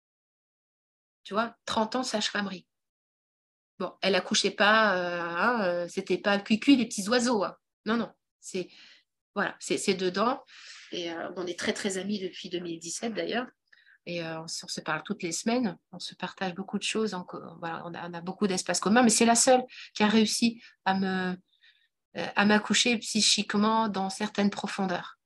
[SPEAKER 2] Tu vois, 30 ans de sage-famerie. Bon, elle accouchait pas, c'était pas le cuicui des petits oiseaux. Non, non, c'est dedans. Et on est très, très amis depuis 2017 d'ailleurs. Et on se parle toutes les semaines, on se partage beaucoup de choses, voilà, on a beaucoup d'espace commun, mais c'est la seule qui a réussi à m'accoucher psychiquement dans certaines profondeurs.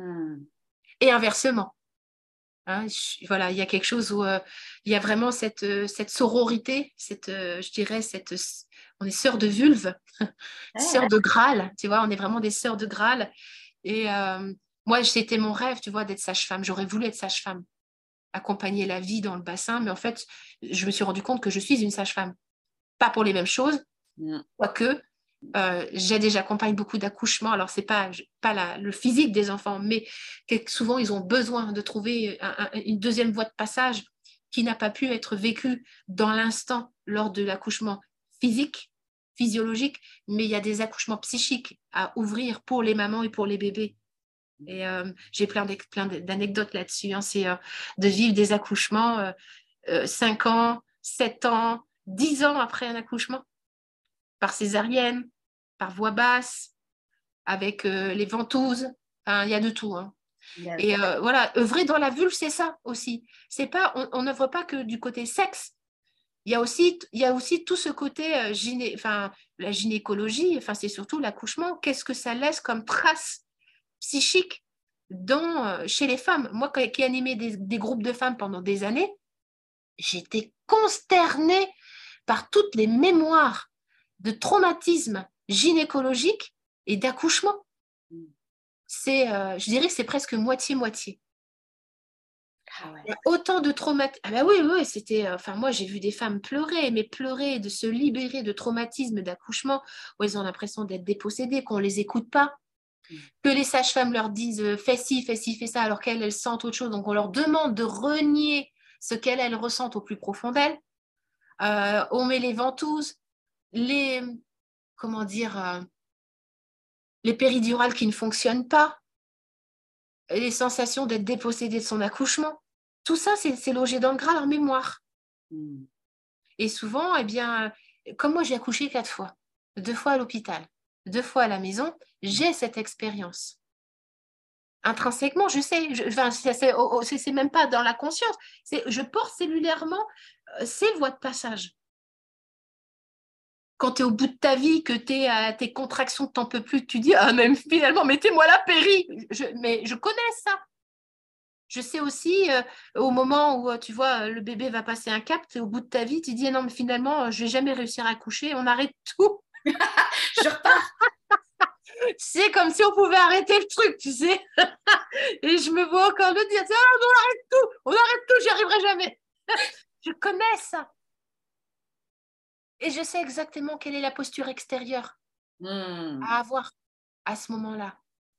[SPEAKER 2] Et inversement. Voilà, il y a quelque chose où il y a vraiment cette sororité, je dirais, on est sœurs de vulve, sœurs de Graal, tu vois, on est vraiment des sœurs de Graal. Et moi, c'était mon rêve, tu vois, d'être sage-femme. J'aurais voulu être sage-femme, accompagner la vie dans le bassin, mais en fait, je me suis rendu compte que je suis une sage-femme. Pas pour les mêmes choses, quoique j'accompagne beaucoup d'accouchements. Alors, c'est pas le physique des enfants, mais souvent, ils ont besoin de trouver une deuxième voie de passage qui n'a pas pu être vécue dans l'instant lors de l'accouchement physique, physiologique, mais il y a des accouchements psychiques à ouvrir pour les mamans et pour les bébés. Et j'ai plein d'anecdotes là-dessus. C'est de vivre des accouchements 5 ans, 7 ans, 10 ans après un accouchement, par césarienne, par voie basse, avec les ventouses. Il y a de tout. Et voilà, œuvrer dans la vulve, c'est ça aussi. C'est pas, on n'œuvre pas que du côté sexe. Il y a aussi tout ce côté la gynécologie. C'est surtout l'accouchement. Qu'est-ce que ça laisse comme trace psychique chez les femmes? Moi, qui ai animé des groupes de femmes pendant des années, j'étais consternée par toutes les mémoires de traumatisme gynécologique et d'accouchement. Je dirais que c'est presque moitié-moitié. Il y a autant de traumatisme. Ah ben oui, c'était. Moi, j'ai vu des femmes pleurer, mais pleurer, de se libérer de traumatisme d'accouchement, où elles ont l'impression d'être dépossédées, qu'on ne les écoute pas, que les sages-femmes leur disent fais ci, fais ça, alors qu'elles sentent autre chose. Donc, on leur demande de renier ce qu'elles ressentent au plus profond d'elles. On met les ventouses, les péridurales qui ne fonctionnent pas, les sensations d'être dépossédée de son accouchement. Tout ça, c'est logé dans le gras, en mémoire. Et souvent, comme moi, j'ai accouché 4 fois, 2 fois à l'hôpital, 2 fois à la maison, j'ai cette expérience. Intrinsèquement, je sais, c'est même pas dans la conscience, je porte cellulairement ces voies de passage. Quand tu es au bout de ta vie, que tu es à tes contractions, que tu n'en peux plus, tu dis « Ah, même finalement, mettez-moi la péri !» Mais je connais ça. Je sais aussi, au moment où, tu vois, le bébé va passer un cap, tu es au bout de ta vie, tu dis « Non, mais finalement, je ne vais jamais réussir à accoucher, on arrête tout. »
[SPEAKER 1] Je repars.
[SPEAKER 2] C'est comme si on pouvait arrêter le truc, tu sais. Et je me vois encore le dire « Ah, on arrête tout, j'y arriverai jamais. » Je connais ça. Et je sais exactement quelle est la posture extérieure à avoir à ce moment-là.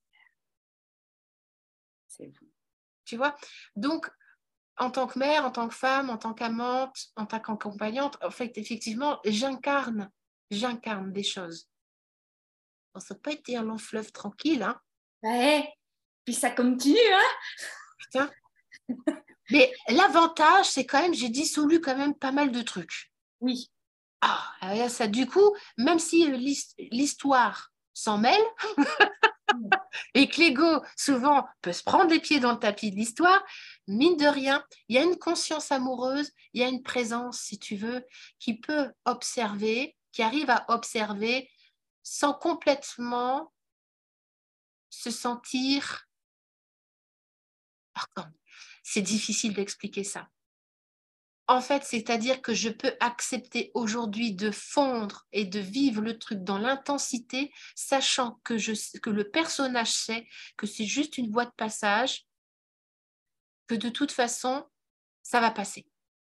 [SPEAKER 1] C'est vous.
[SPEAKER 2] Tu vois? Donc, en tant que mère, en tant que femme, en tant qu'amante, en tant qu'accompagnante, en fait, effectivement, j'incarne des choses. On ne peut pas être un long fleuve tranquille.
[SPEAKER 1] Ouais. Puis ça continue, hein.
[SPEAKER 2] Putain. Mais l'avantage, c'est quand même, j'ai dissolu quand même pas mal de trucs.
[SPEAKER 1] Oui.
[SPEAKER 2] Ah, ça, du coup, même si l'histoire s'en mêle et que l'ego, souvent, peut se prendre les pieds dans le tapis de l'histoire, mine de rien, il y a une conscience amoureuse, il y a une présence, si tu veux, qui peut observer, qui arrive à observer sans complètement se sentir... Pardon, c'est difficile d'expliquer ça. En fait, c'est-à-dire que je peux accepter aujourd'hui de fondre et de vivre le truc dans l'intensité, sachant que le personnage sait que c'est juste une voie de passage, que de toute façon, ça va passer.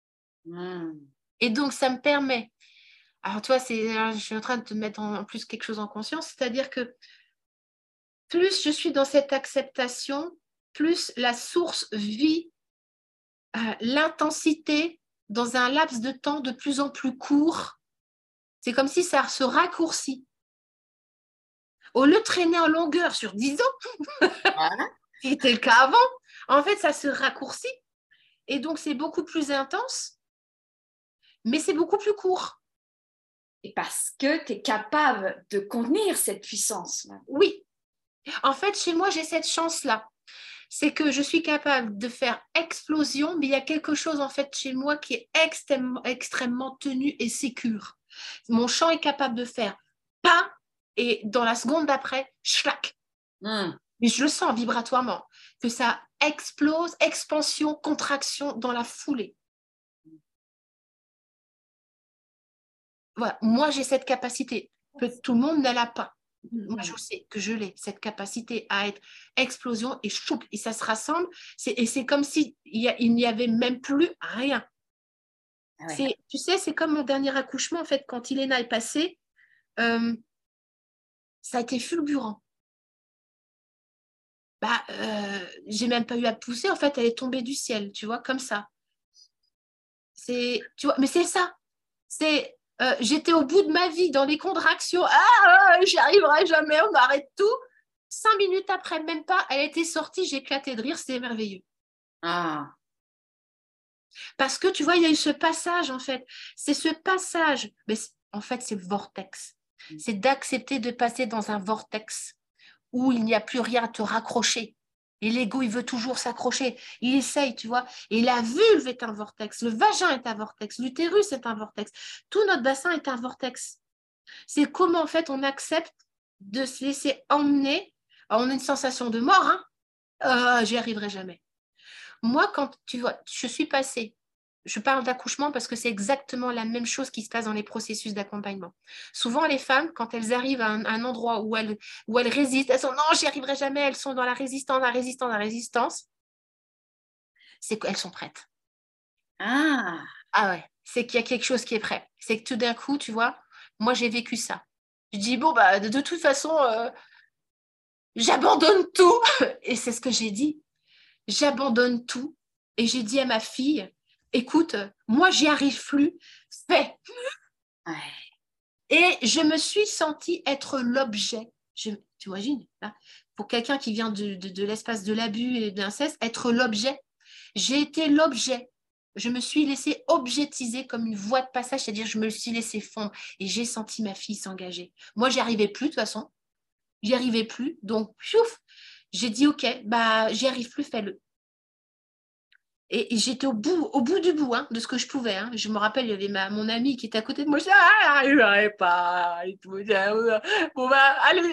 [SPEAKER 2] Et donc, ça me permet... Alors, toi, je suis en train de te mettre en plus quelque chose en conscience, c'est-à-dire que plus je suis dans cette acceptation, plus la source vit l'intensité dans un laps de temps de plus en plus court. C'est comme si ça se raccourcit. Au lieu de traîner en longueur sur 10 ans,
[SPEAKER 1] Voilà.
[SPEAKER 2] c'était le cas avant, en fait, ça se raccourcit. Et donc, c'est beaucoup plus intense, mais c'est beaucoup plus court.
[SPEAKER 1] Et parce que tu es capable de contenir cette puissance.
[SPEAKER 2] Oui. En fait, chez moi, j'ai cette chance-là. C'est que je suis capable de faire explosion, mais il y a quelque chose en fait chez moi qui est extrêmement tenu et sécure. Mon champ est capable de faire pas et dans la seconde d'après, schlac. Mais je le sens vibratoirement, que ça explose, expansion, contraction dans la foulée. Voilà, moi j'ai cette capacité, que tout le monde ne l'a pas. Moi, je sais que je l'ai, cette capacité à être explosion et choup, et ça se rassemble. Et c'est comme s'il n'y avait même plus rien. Ouais. Tu sais, c'est comme mon dernier accouchement, en fait, quand Iléna est passée, ça a été fulgurant. J'ai même pas eu à pousser, en fait, elle est tombée du ciel, tu vois, comme ça. Tu vois, mais c'est ça. J'étais au bout de ma vie dans les contractions. J'y arriverai jamais, on arrête tout. 5 minutes après, même pas, elle était sortie, j'ai éclaté de rire, c'était merveilleux. Parce que tu vois, il y a eu ce passage, en fait. C'est ce passage, mais en fait, c'est le vortex. C'est d'accepter de passer dans un vortex où il n'y a plus rien à te raccrocher. Et l'ego, il veut toujours s'accrocher. Il essaye, tu vois. Et la vulve est un vortex, le vagin est un vortex, l'utérus est un vortex. Tout notre bassin est un vortex. C'est comment, en fait, on accepte de se laisser emmener. Alors, on a une sensation de mort, hein. J'y arriverai jamais. Moi, quand tu vois, je suis passée, je parle d'accouchement parce que c'est exactement la même chose qui se passe dans les processus d'accompagnement. Souvent, les femmes, quand elles arrivent à un endroit où elles résistent, elles sont non, j'y arriverai jamais, elles sont dans la résistance, c'est qu'elles sont prêtes. Ah ouais, c'est qu'il y a quelque chose qui est prêt. C'est que tout d'un coup, tu vois, moi, j'ai vécu ça. Je dis, bon, de toute façon, j'abandonne tout. Et c'est ce que j'ai dit. J'abandonne tout. Et j'ai dit à ma fille, écoute, moi, j'y arrive plus, fais. Ouais. Et je me suis sentie être l'objet. Tu imagines, là, pour quelqu'un qui vient de l'espace de l'abus et de l'inceste, être l'objet. J'ai été l'objet. Je me suis laissée objectiser comme une voie de passage, c'est-à-dire je me suis laissée fondre et j'ai senti ma fille s'engager. Moi, j'y arrivais plus de toute façon. J'y arrivais plus. Donc, piouf, j'ai dit, OK, j'y arrive plus, fais-le. Et j'étais au bout du bout de ce que je pouvais. Hein. Je me rappelle, il y avait mon amie qui était à côté de moi. Je disais, je n'arrive pas. Et tout. Bon, allez.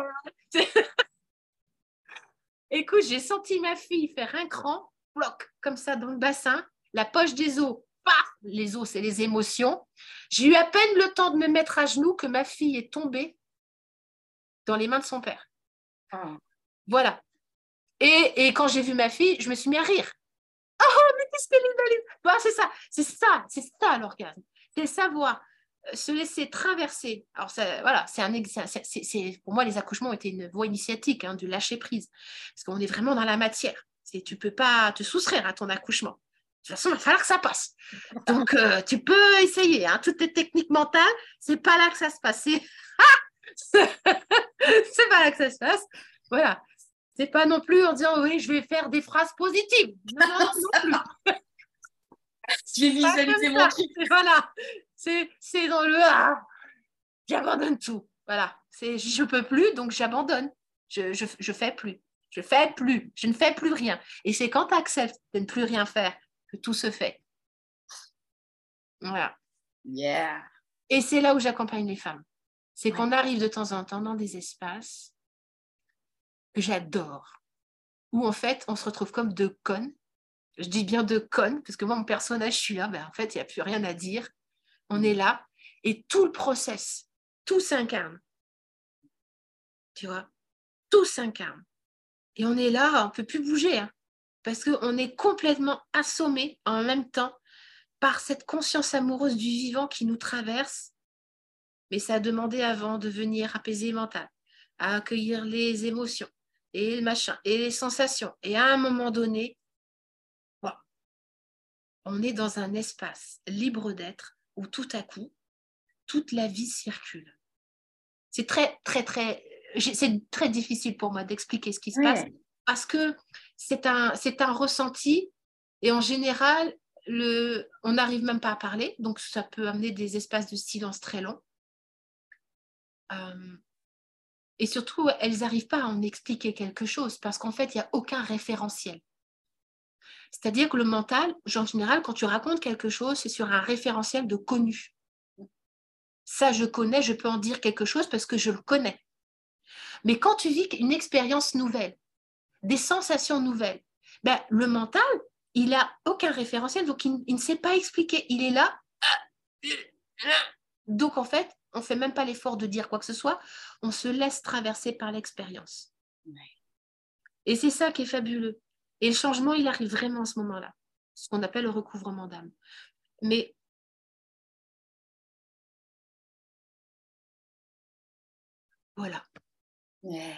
[SPEAKER 2] Écoute, j'ai senti ma fille faire un cran, bloc, comme ça dans le bassin, la poche des os, paf, les os, c'est les émotions. J'ai eu à peine le temps de me mettre à genoux que ma fille est tombée dans les mains de son père. Voilà. Et quand j'ai vu ma fille, je me suis mis à rire. Mais qu'est-ce qu'elle est belle. C'est ça l'orgasme. C'est savoir se laisser traverser. Alors, voilà, pour moi, les accouchements ont été une voie initiatique de lâcher prise. Parce qu'on est vraiment dans la matière. Tu ne peux pas te soustraire à ton accouchement. De toute façon, il va falloir que ça passe. Donc, tu peux essayer. Toutes tes techniques mentales, ce n'est pas là que ça se passe. C'est pas là que ça se passe. Voilà. C'est pas non plus en disant oui, je vais faire des phrases positives. Non, non, non plus.
[SPEAKER 1] Je vais visualiser mon truc.
[SPEAKER 2] Voilà. C'est dans le j'abandonne tout. Voilà. Je peux plus, donc j'abandonne. Je fais plus. Je fais plus. Je ne fais plus rien. Et c'est quand tu acceptes de ne plus rien faire que tout se fait. Voilà.
[SPEAKER 1] Yeah.
[SPEAKER 2] Et c'est là où j'accompagne les femmes. C'est
[SPEAKER 1] Ouais.
[SPEAKER 2] qu'on arrive de temps en temps dans des espaces que j'adore, où en fait, on se retrouve comme deux connes. Je dis bien deux connes, parce que moi, mon personnage, je suis là, ben, en fait, il n'y a plus rien à dire. On est là, et tout le process, tout s'incarne. Tu vois, tout s'incarne. Et on est là, on ne peut plus bouger, hein, parce qu'on est complètement assommé en même temps par cette conscience amoureuse du vivant qui nous traverse. Mais ça a demandé avant de venir apaiser le mental, à accueillir les émotions et le machin, et les sensations. Et à un moment donné, wow, on est dans un espace libre d'être où tout à coup, toute la vie circule. C'est c'est très difficile pour moi d'expliquer ce qui se passe parce que c'est un ressenti et en général, on n'arrive même pas à parler, donc ça peut amener des espaces de silence très longs. Et surtout, elles n'arrivent pas à en expliquer quelque chose parce qu'en fait, il n'y a aucun référentiel. C'est-à-dire que le mental, en général, quand tu racontes quelque chose, c'est sur un référentiel de connu. Ça, je connais, je peux en dire quelque chose parce que je le connais. Mais quand tu vis une expérience nouvelle, des sensations nouvelles, ben, le mental, il n'a aucun référentiel, donc il ne sait pas expliquer. Il est là. Donc, en fait, on ne fait même pas l'effort de dire quoi que ce soit. On se laisse traverser par l'expérience. Et c'est ça qui est fabuleux. Et le changement, il arrive vraiment à ce moment-là. Ce qu'on appelle le recouvrement d'âme. Mais voilà.
[SPEAKER 1] Ouais.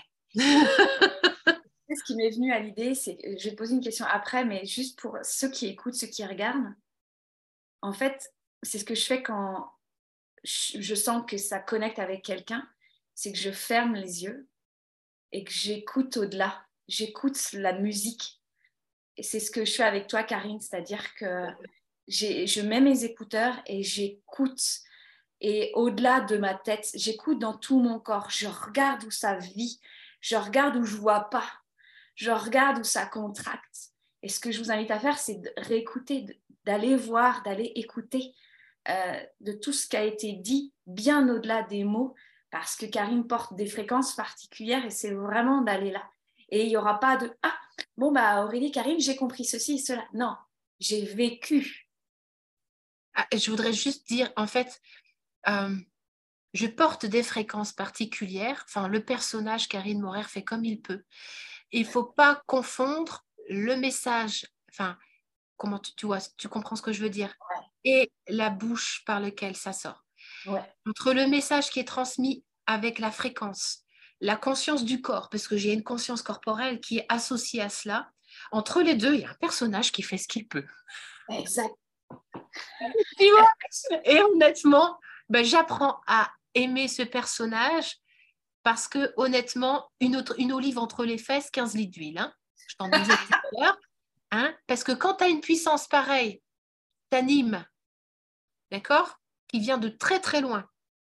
[SPEAKER 1] Ce qui m'est venu à l'idée, c'est que je vais te poser une question après, mais juste pour ceux qui écoutent, ceux qui regardent, en fait, c'est ce que je fais quand je sens que ça connecte avec quelqu'un, c'est que je ferme les yeux et que j'écoute au-delà, j'écoute la musique. Et c'est ce que je fais avec toi, Karine, c'est-à-dire que je mets mes écouteurs et j'écoute. Et au-delà de ma tête, j'écoute dans tout mon corps. Je regarde où ça vit, je regarde où je ne vois pas, je regarde où ça contracte. Et ce que je vous invite à faire, c'est de réécouter, d'aller voir, d'aller écouter de tout ce qui a été dit, bien au-delà des mots, parce que Karine porte des fréquences particulières et c'est vraiment d'aller là. Et il n'y aura pas de « Ah, bon, bah Aurélie, Karine, j'ai compris ceci et cela. » Non, j'ai vécu.
[SPEAKER 2] Je voudrais juste dire, en fait, je porte des fréquences particulières. Enfin, le personnage Karine Morer fait comme il peut. Il ne faut pas confondre le message, enfin, comment tu vois, tu comprends ce que je veux dire, et la bouche par laquelle ça sort.
[SPEAKER 1] Ouais.
[SPEAKER 2] Entre le message qui est transmis avec la fréquence, la conscience du corps, parce que j'ai une conscience corporelle qui est associée à cela, entre les deux, il y a un personnage qui fait ce qu'il peut.
[SPEAKER 1] Exact.
[SPEAKER 2] Tu vois. Et honnêtement, ben, j'apprends à aimer ce personnage parce que honnêtement, une olive entre les fesses, 15 litres d'huile. Hein. Je t'en disais tout à l'heure. Hein, parce que quand tu as une puissance pareille, t'animes, d'accord, qui vient de très très loin,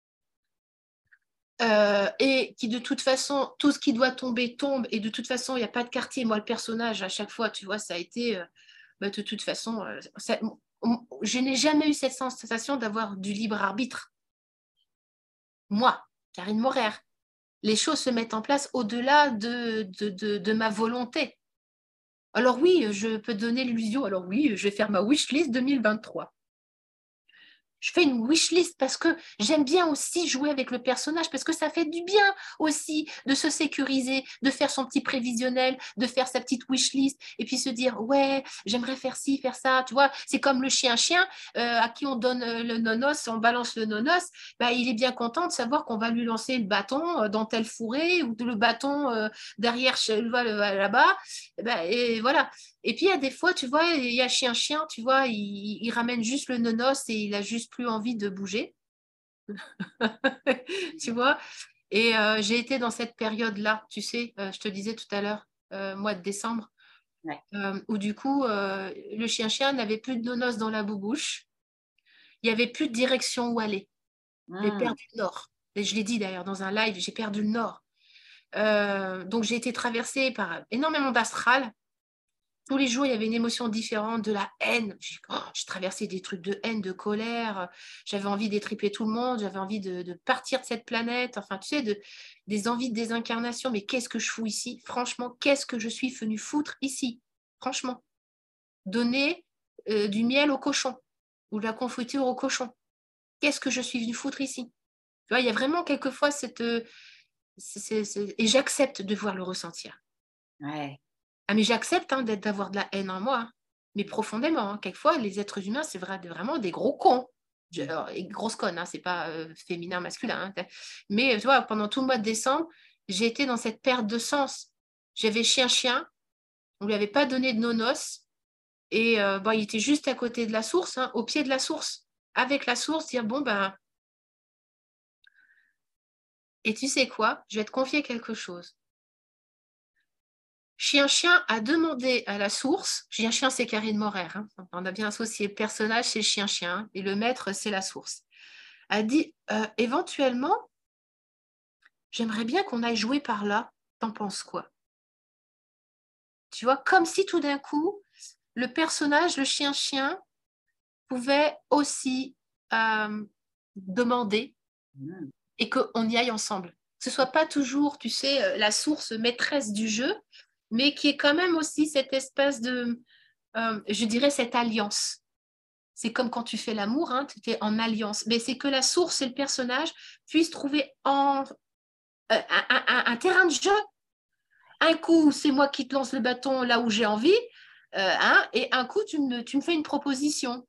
[SPEAKER 2] et qui de toute façon, tout ce qui doit tomber tombe, et de toute façon, il n'y a pas de quartier. Moi, le personnage, à chaque fois, tu vois, ça a été, bah, de toute façon, je n'ai jamais eu cette sensation d'avoir du libre arbitre. Moi, Karine Morer, les choses se mettent en place au-delà de ma volonté. Alors oui, je peux donner l'illusion, alors oui, je vais faire ma wishlist 2023. Je fais une wishlist parce que j'aime bien aussi jouer avec le personnage, parce que ça fait du bien aussi de se sécuriser, de faire son petit prévisionnel, de faire sa petite wishlist et puis se dire ouais, j'aimerais faire ci, faire ça. Tu vois, c'est comme le chien-chien à qui on donne le nonos, on balance le nonos. Bah, il est bien content de savoir qu'on va lui lancer le bâton dans telle fourrée ou le bâton derrière là-bas. Et voilà. Et puis, il y a des fois, tu vois, il y a chien-chien, tu vois, il ramène juste le nonos et il a juste plus envie de bouger. Tu vois. Et j'ai été dans cette période-là, tu sais, je te disais tout à l'heure, mois de décembre,
[SPEAKER 1] Ouais.
[SPEAKER 2] où du coup, le chien-chien n'avait plus de nonos dans la boubouche. Il n'y avait plus de direction où aller. J'ai perdu le nord. Et je l'ai dit d'ailleurs dans un live, j'ai perdu le nord. Donc j'ai été traversée par énormément d'astral. Tous les jours, il y avait une émotion différente, de la haine. J'ai traversé des trucs de haine, de colère. J'avais envie d'étriper tout le monde. J'avais envie de partir de cette planète. Enfin, tu sais, des envies de désincarnation. Mais qu'est-ce que je fous ici? Franchement, qu'est-ce que je suis venue foutre ici? Franchement. Donner du miel au cochon ou de la confiture au cochon. Qu'est-ce que je suis venue foutre ici? Tu vois, il y a vraiment quelquefois cette... Et j'accepte de voir le ressentir.
[SPEAKER 1] Ouais.
[SPEAKER 2] Ah, mais j'accepte d'avoir de la haine en moi, hein, mais profondément. Hein. Quelquefois, les êtres humains, c'est vraiment des gros cons. Et grosse conne, hein, c'est pas féminin, masculin. Hein. Mais tu vois, pendant tout le mois de décembre, j'ai été dans cette perte de sens. J'avais chien-chien, on lui avait pas donné de nonos, et il était juste à côté de la source, hein, au pied de la source. Avec la source, dire bon, ben. Et tu sais quoi? Je vais te confier quelque chose. Chien-chien a demandé à la source, chien-chien c'est Karine Morer, hein, on a bien associé le personnage, c'est le chien-chien, et le maître c'est la source, a dit éventuellement, j'aimerais bien qu'on aille jouer par là, t'en penses quoi? Tu vois, comme si tout d'un coup, le personnage, le chien-chien, pouvait aussi demander et qu'on y aille ensemble. Que ce soit pas toujours, tu sais, la source maîtresse du jeu, mais qui est quand même aussi cette espèce de, je dirais, cette alliance. C'est comme quand tu fais l'amour, hein, tu es en alliance. Mais c'est que la source et le personnage puissent trouver un terrain de jeu. Un coup, c'est moi qui te lance le bâton là où j'ai envie, et un coup, tu me fais une proposition.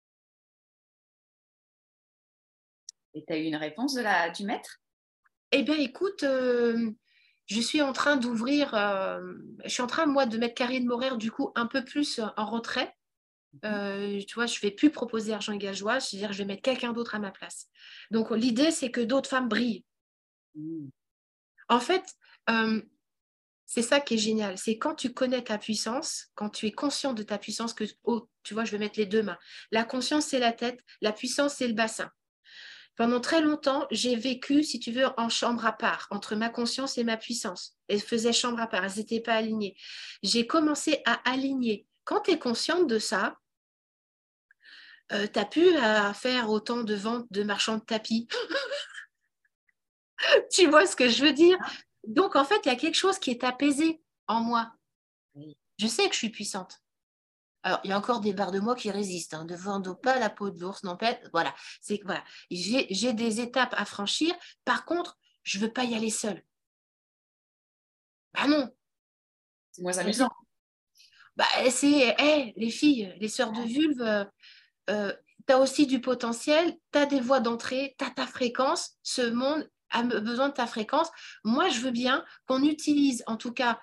[SPEAKER 1] Et tu as eu une réponse du maître?
[SPEAKER 2] Eh bien, écoute, je suis en train d'ouvrir, je suis en train, moi, de mettre Karine Morer, du coup, un peu plus en retrait. Tu vois, je ne vais plus proposer Argent et Gageois, c'est-à-dire je vais mettre quelqu'un d'autre à ma place. Donc, l'idée, c'est que d'autres femmes brillent. En fait, c'est ça qui est génial. C'est quand tu connais ta puissance, quand tu es conscient de ta puissance, que, oh, tu vois, je vais mettre les deux mains. La conscience, c'est la tête, la puissance, c'est le bassin. Pendant très longtemps, j'ai vécu, si tu veux, en chambre à part, entre ma conscience et ma puissance. Elles faisaient chambre à part, elles n'étaient pas alignées. J'ai commencé à aligner. Quand tu es consciente de ça, tu as pu faire autant de ventes de marchands de tapis. Tu vois ce que je veux dire? Donc, en fait, il y a quelque chose qui est apaisé en moi. Je sais que je suis puissante. Alors, il y a encore des barres de moi qui résistent. Hein. Ne vendons pas la peau de l'ours, n'empêche. Voilà. Voilà. J'ai des étapes à franchir. Par contre, je ne veux pas y aller seule. Bah non.
[SPEAKER 1] C'est moins amusant.
[SPEAKER 2] Bah, les filles, les sœurs de vulve, tu as aussi du potentiel, tu as des voies d'entrée, tu as ta fréquence. Ce monde a besoin de ta fréquence. Moi, je veux bien qu'on utilise, en tout cas,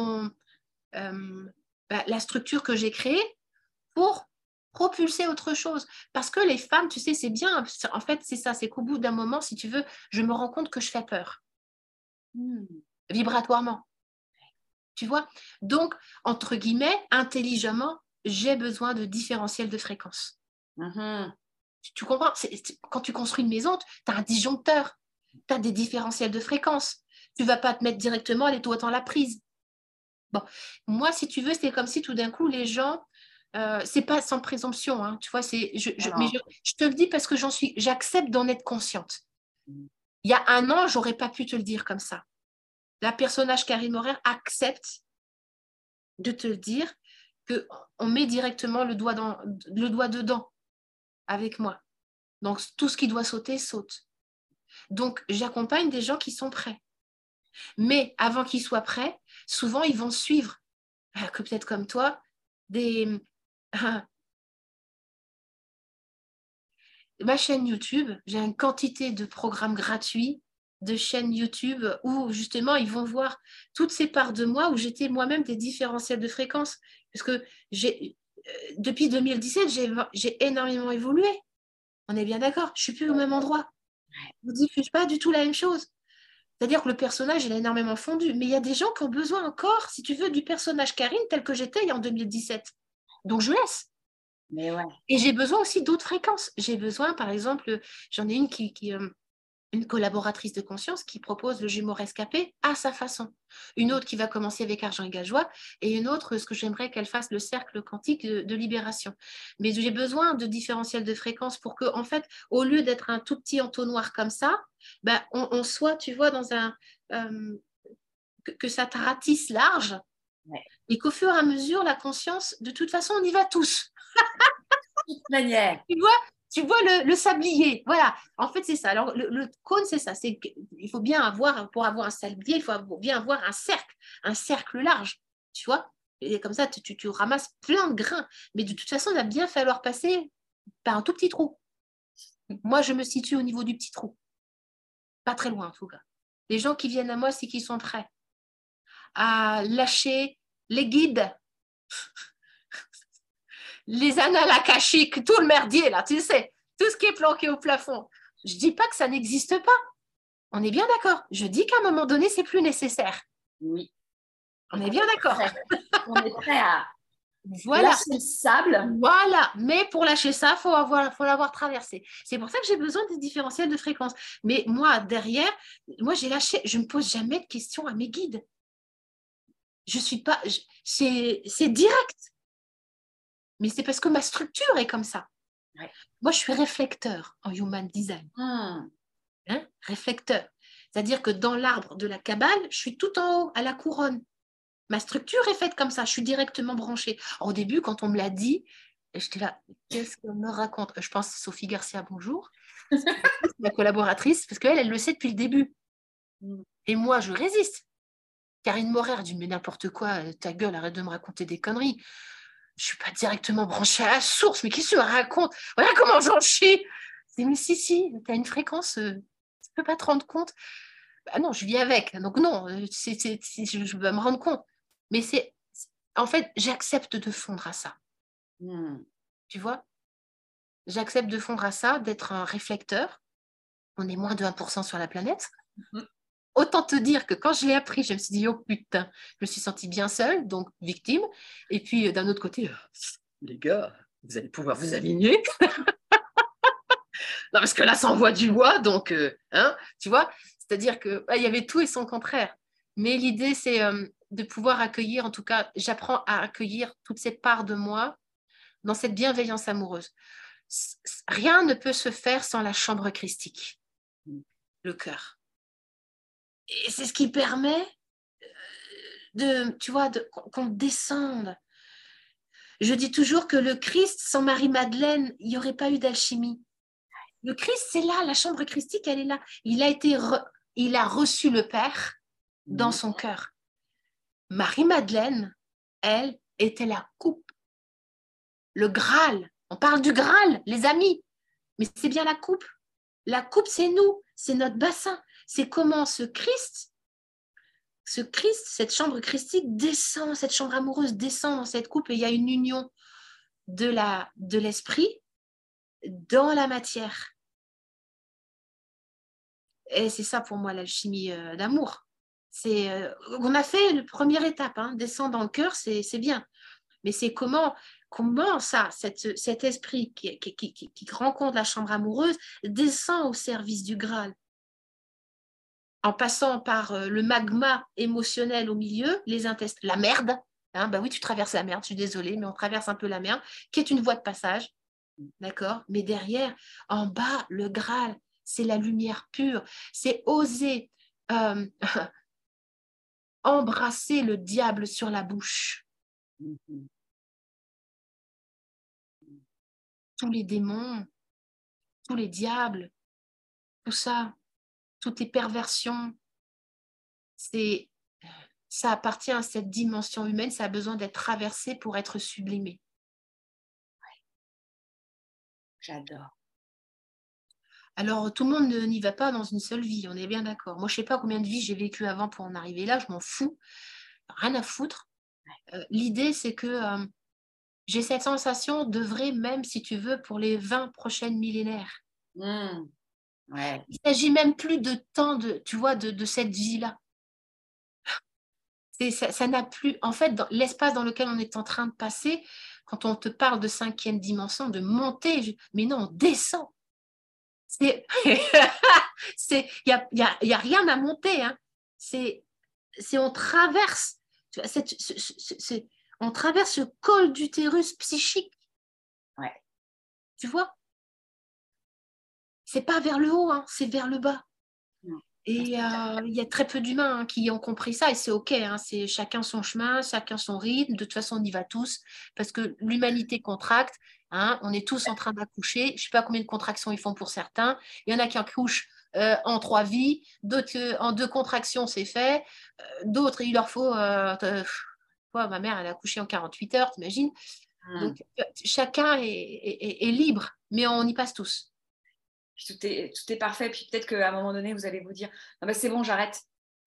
[SPEAKER 2] la structure que j'ai créée pour propulser autre chose. Parce que les femmes, tu sais, c'est bien. En fait, c'est ça, c'est qu'au bout d'un moment, si tu veux, je me rends compte que je fais peur, vibratoirement. Tu vois? Donc, entre guillemets, intelligemment, j'ai besoin de différentiel de fréquence. Tu comprends? Quand tu construis une maison, tu as un disjoncteur, tu as des différentiels de fréquence. Tu ne vas pas te mettre directement les doigts dans la prise. Bon, moi, si tu veux, c'est comme si tout d'un coup, les gens, c'est pas sans présomption, hein, tu vois, mais je te le dis parce que j'accepte d'en être consciente. Il y a un an, j'aurais pas pu te le dire comme ça. La personnage Karine Morer accepte de te le dire qu'on met directement le doigt dedans avec moi. Donc, tout ce qui doit sauter, saute. Donc, j'accompagne des gens qui sont prêts. Mais avant qu'ils soient prêts, souvent, ils vont suivre, que peut-être comme toi, ma chaîne YouTube, j'ai une quantité de programmes gratuits, de chaînes YouTube où justement ils vont voir toutes ces parts de moi où j'étais moi-même des différentiels de fréquence. Parce que depuis 2017, j'ai énormément évolué. On est bien d'accord, je ne suis plus au même endroit. Je ne diffuse pas du tout la même chose. C'est-à-dire que le personnage, il a énormément fondu. Mais il y a des gens qui ont besoin encore, si tu veux, du personnage Karine tel que j'étais en 2017. Donc, je laisse.
[SPEAKER 1] Mais ouais.
[SPEAKER 2] Et j'ai besoin aussi d'autres fréquences. J'ai besoin, par exemple, j'en ai une une collaboratrice de conscience qui propose le jumeau rescapé à sa façon. Une autre qui va commencer avec Argent égale joie et une autre, ce que j'aimerais qu'elle fasse le cercle quantique de libération. Mais j'ai besoin de différentiels de fréquences pour que, en fait, au lieu d'être un tout petit entonnoir comme ça, ben, on soit, tu vois, dans un... que ça te ratisse large
[SPEAKER 1] Ouais.
[SPEAKER 2] et qu'au fur et à mesure, la conscience, de toute façon, on y va tous.
[SPEAKER 1] De toute manière.
[SPEAKER 2] Tu vois le sablier, voilà. En fait, c'est ça. Alors, le cône, c'est ça. Il faut bien avoir, pour avoir un sablier, il faut bien avoir un cercle large, tu vois. Et comme ça, tu ramasses plein de grains. Mais de toute façon, il va bien falloir passer par un tout petit trou. Moi, je me situe au niveau du petit trou. Pas très loin, en tout cas. Les gens qui viennent à moi, c'est qu'ils sont prêts à lâcher les guides, les annales akashiques, tout le merdier, là, tu sais, tout ce qui est planqué au plafond. Je ne dis pas que ça n'existe pas. On est bien d'accord. Je dis qu'à un moment donné, c'est plus nécessaire.
[SPEAKER 1] Oui.
[SPEAKER 2] On est bien d'accord.
[SPEAKER 1] On est prêt à
[SPEAKER 2] Voilà.
[SPEAKER 1] lâcher le sable.
[SPEAKER 2] Voilà. Mais pour lâcher ça, faut l'avoir traversé. C'est pour ça que j'ai besoin des différentiels de fréquence. Mais moi, derrière, j'ai lâché. Je ne me pose jamais de questions à mes guides. Je suis pas. C'est direct. Mais c'est parce que ma structure est comme ça.
[SPEAKER 1] Ouais.
[SPEAKER 2] Moi, je suis réflecteur en human design. Hein, réflecteur. C'est-à-dire que dans l'arbre de la cabale, je suis tout en haut, à la couronne. Ma structure est faite comme ça, je suis directement branchée. Au début, quand on me l'a dit, j'étais là, qu'est-ce qu'on me raconte? Je pense Sophie Garcia, bonjour, ma collaboratrice, parce qu'elle, elle le sait depuis le début. Et moi, je résiste. Karine Morer dit, mais n'importe quoi, ta gueule, arrête de me raconter des conneries. Je ne suis pas directement branchée à la source, mais qu'est-ce que tu me racontes? Voilà comment j'en chie. Je dis, mais si, tu as une fréquence, tu ne peux pas te rendre compte. Bah non, je vis avec. Donc non, je vais me rendre compte. Mais en fait, j'accepte de fondre à ça. Tu vois? J'accepte de fondre à ça, d'être un réflecteur. On est moins de 1% sur la planète. Autant te dire que quand je l'ai appris, je me suis dit, oh putain, je me suis sentie bien seule, donc victime. Et puis d'un autre côté, les gars, vous allez pouvoir vous aligner. Non, parce que là, ça envoie du bois, donc, hein, tu vois? C'est-à-dire qu'il y avait tout et son contraire. Mais l'idée, c'est de pouvoir accueillir, en tout cas, j'apprends à accueillir toutes ces parts de moi dans cette bienveillance amoureuse. Rien ne peut se faire sans la chambre christique, le cœur. Et c'est ce qui permet tu vois, qu'on descende. Je dis toujours que le Christ, sans Marie-Madeleine, il n'y aurait pas eu d'alchimie. Le Christ, c'est là, la chambre christique, elle est là. Il a reçu le Père dans son cœur. Marie-Madeleine, elle, était la coupe. Le Graal. On parle du Graal, les amis. Mais c'est bien la coupe. La coupe, c'est nous. C'est notre bassin. C'est comment ce Christ, cette chambre christique descend, cette chambre amoureuse descend dans cette coupe et il y a une union de l'esprit dans la matière. Et c'est ça pour moi l'alchimie d'amour. On a fait la première étape, hein, descendre dans le cœur, c'est bien. Mais c'est comment ça, cet esprit qui rencontre la chambre amoureuse, descend au service du Graal. En passant par le magma émotionnel au milieu, les intestins, la merde. Hein, bah oui, tu traverses la merde, je suis désolée, mais on traverse un peu la merde, qui est une voie de passage. D'accord? Mais derrière, en bas, le Graal, c'est la lumière pure. C'est oser embrasser le diable sur la bouche. Tous les démons, tous les diables, tout ça, toutes les perversions, ça appartient à cette dimension humaine, ça a besoin d'être traversé pour être sublimé.
[SPEAKER 1] Ouais. J'adore.
[SPEAKER 2] Alors, tout le monde n'y va pas dans une seule vie, on est bien d'accord. Moi, je ne sais pas combien de vies j'ai vécu avant pour en arriver là, je m'en fous, rien à foutre. L'idée, c'est que j'ai cette sensation d'œuvrer, même si tu veux, pour les 20 prochaines millénaires.
[SPEAKER 1] Ouais.
[SPEAKER 2] Il ne s'agit même plus de temps, tu vois, de cette vie-là. Ça n'a plus, en fait, dans l'espace dans lequel on est en train de passer, quand on te parle de 5e dimension, de monter, mais non, on descend. Il y a rien à monter. Hein. On traverse, tu vois, on traverse le col d'utérus psychique.
[SPEAKER 1] Ouais.
[SPEAKER 2] Tu vois, c'est pas vers le haut, hein, c'est vers le bas.
[SPEAKER 1] Non.
[SPEAKER 2] Et il y a très peu d'humains qui ont compris ça et c'est OK. Hein, c'est chacun son chemin, chacun son rythme. De toute façon, on y va tous parce que l'humanité contracte. Hein, on est tous en train d'accoucher. Je ne sais pas combien de contractions ils font pour certains. Il y en a qui accouchent en 3 vies, d'autres en 2 contractions, c'est fait. D'autres, il leur faut. Ma mère, elle a accouché en 48 heures, t'imagines? Donc, chacun est libre, mais on y passe tous.
[SPEAKER 1] Tout est parfait. Puis peut-être qu'à un moment donné, vous allez vous dire, non, mais c'est bon, j'arrête.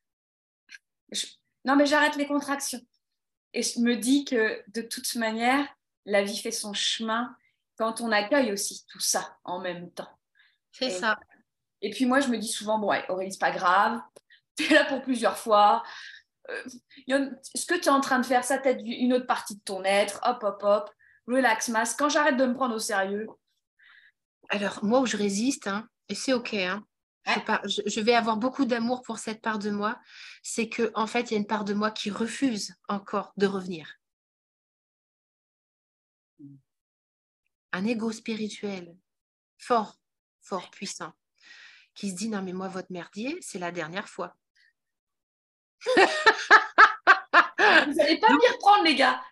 [SPEAKER 1] Non, mais j'arrête les contractions. Et je me dis que de toute manière, la vie fait son chemin quand on accueille aussi tout ça en même temps.
[SPEAKER 2] C'est ça.
[SPEAKER 1] Et puis moi, je me dis souvent, bon, ouais, Aurélie, c'est pas grave, tu es là pour plusieurs fois. Ce que tu es en train de faire, ça t'aide une autre partie de ton être. Hop, hop, hop, relax, masse. Quand j'arrête de me prendre au sérieux.
[SPEAKER 2] Alors, moi, où je résiste, hein, et c'est OK, hein,
[SPEAKER 1] Ouais.
[SPEAKER 2] je vais avoir beaucoup d'amour pour cette part de moi, c'est qu'en fait, il y a une part de moi qui refuse encore de revenir. Un ego spirituel fort, fort puissant, qui se dit, non, mais moi, votre merdier, c'est la dernière fois.
[SPEAKER 1] Vous n'allez pas m'y reprendre, les gars.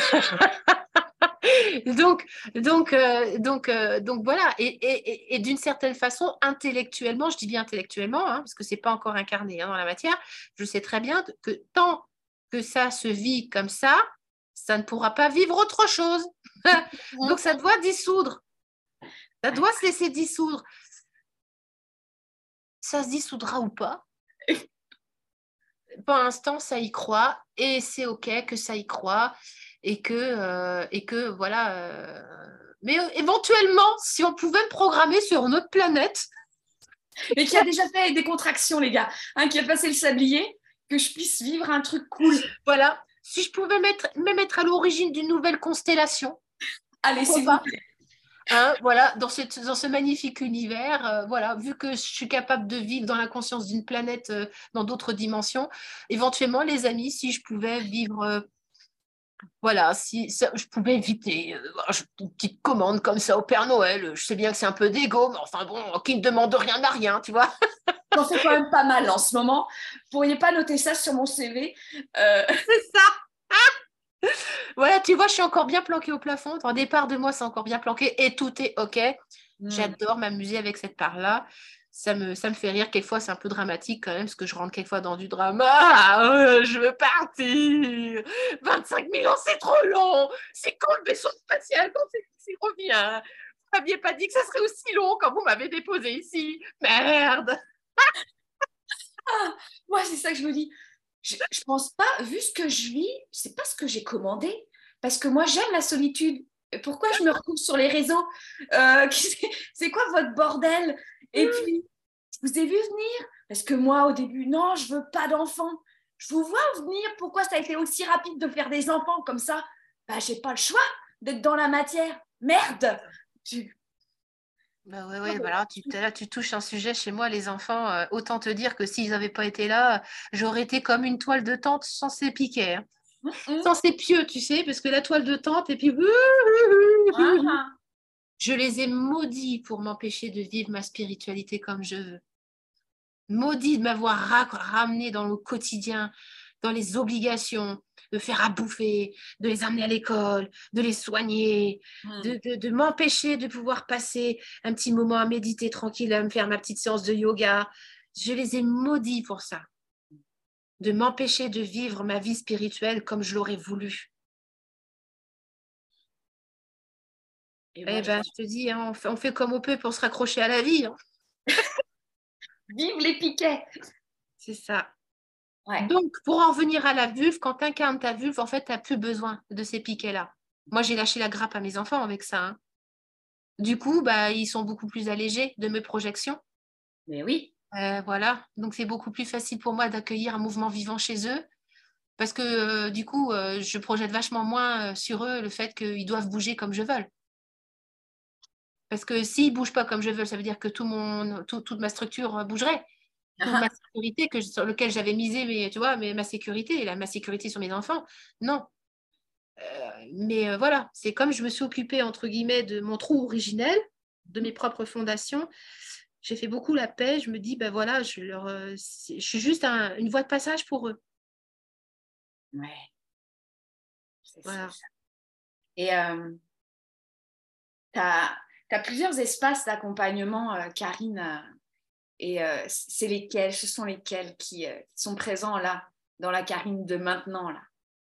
[SPEAKER 2] donc voilà, et d'une certaine façon, intellectuellement, je dis bien intellectuellement, hein, parce que c'est pas encore incarné hein, dans la matière, je sais très bien que tant que ça se vit comme ça ne pourra pas vivre autre chose. Donc ça doit dissoudre, ça doit se laisser dissoudre. Ça se dissoudra ou pas? Pour l'instant, ça y croit et c'est OK que ça y croit et que voilà. Mais éventuellement, si on pouvait me programmer sur une autre planète.
[SPEAKER 1] Mais qui a déjà fait des contractions, les gars, hein, qui a passé le sablier, que je puisse vivre un truc cool.
[SPEAKER 2] Voilà. Si je pouvais me mettre à l'origine d'une nouvelle constellation.
[SPEAKER 1] Allez, s'il vous plaît.
[SPEAKER 2] Hein, voilà, dans ce magnifique univers, voilà, vu que je suis capable de vivre dans la conscience d'une planète dans d'autres dimensions, éventuellement, les amis, si je pouvais vivre, voilà, si je pouvais éviter une petite commande comme ça au Père Noël, je sais bien que c'est un peu d'égo, mais enfin bon, qui ne demande rien à rien, tu vois.
[SPEAKER 1] J'en fais quand même pas mal en ce moment. Vous pourriez pas noter ça sur mon CV.
[SPEAKER 2] C'est ça. Voilà, tu vois, je suis encore bien planquée au plafond. Au départ de moi, c'est encore bien planqué et tout est OK. J'adore m'amuser avec cette part-là. Ça me fait rire. Quelquefois, c'est un peu dramatique quand même, parce que je rentre quelquefois dans du drama. Je veux partir. 25 000 ans, c'est trop long. C'est quand le vaisseau spatial, quand c'est revient? Vous m'aviez pas dit que ça serait aussi long quand vous m'avez déposé ici. Merde.
[SPEAKER 1] Moi, c'est ça que je me dis. Je pense pas, vu ce que je vis, c'est pas ce que j'ai commandé. Parce que moi, j'aime la solitude. Pourquoi je me retrouve sur les réseaux C'est quoi votre bordel? Et puis, je vous ai vu venir. Parce que moi, au début, non, je veux pas d'enfants. Je vous vois venir. Pourquoi ça a été aussi rapide de faire des enfants comme ça? Bah, j'ai pas le choix d'être dans la matière. Merde!
[SPEAKER 2] Bah ouais, voilà, là, tu touches un sujet chez moi, les enfants. Autant te dire que s'ils n'avaient pas été là, j'aurais été comme une toile de tente sans ses piquets. Hein. Sans ses pieux, tu sais, parce que la toile de tente, et puis. Je les ai maudits pour m'empêcher de vivre ma spiritualité comme je veux. Maudits de m'avoir ramené dans le quotidien, dans les obligations, de faire à bouffer, de les amener à l'école, de les soigner, de m'empêcher de pouvoir passer un petit moment à méditer tranquille, à me faire ma petite séance de yoga. Je les ai maudits pour ça, de m'empêcher de vivre ma vie spirituelle comme je l'aurais voulu. Eh ben, je te dis, hein, on fait comme on peut pour se raccrocher à la vie. Hein.
[SPEAKER 1] Vive les piquets!
[SPEAKER 2] C'est ça.
[SPEAKER 1] Ouais.
[SPEAKER 2] Donc, pour en revenir à la vulve, quand tu incarnes ta vulve, en fait, tu n'as plus besoin de ces piquets-là. Moi, j'ai lâché la grappe à mes enfants avec ça. Hein. Du coup, bah, ils sont beaucoup plus allégés de mes projections.
[SPEAKER 1] Mais oui.
[SPEAKER 2] Voilà, donc c'est beaucoup plus facile pour moi d'accueillir un mouvement vivant chez eux parce que du coup, je projette vachement moins sur eux le fait qu'ils doivent bouger comme je veux. Parce que s'ils ne bougent pas comme je veux, ça veut dire que toute ma structure bougerait. Toute ma sécurité sur laquelle j'avais misé tu vois, ma sécurité, ma sécurité sur mes enfants, non. Mais voilà, c'est comme je me suis occupée, entre guillemets, de mon trou originel, de mes propres fondations. J'ai fait beaucoup la paix. Je me dis, ben voilà, je suis juste une voie de passage pour eux.
[SPEAKER 1] Ouais, c'est
[SPEAKER 2] Voilà.
[SPEAKER 1] ça. Et tu as plusieurs espaces d'accompagnement, Karine. Et c'est lesquels, ce sont lesquels qui sont présents là, dans la Karine de maintenant là.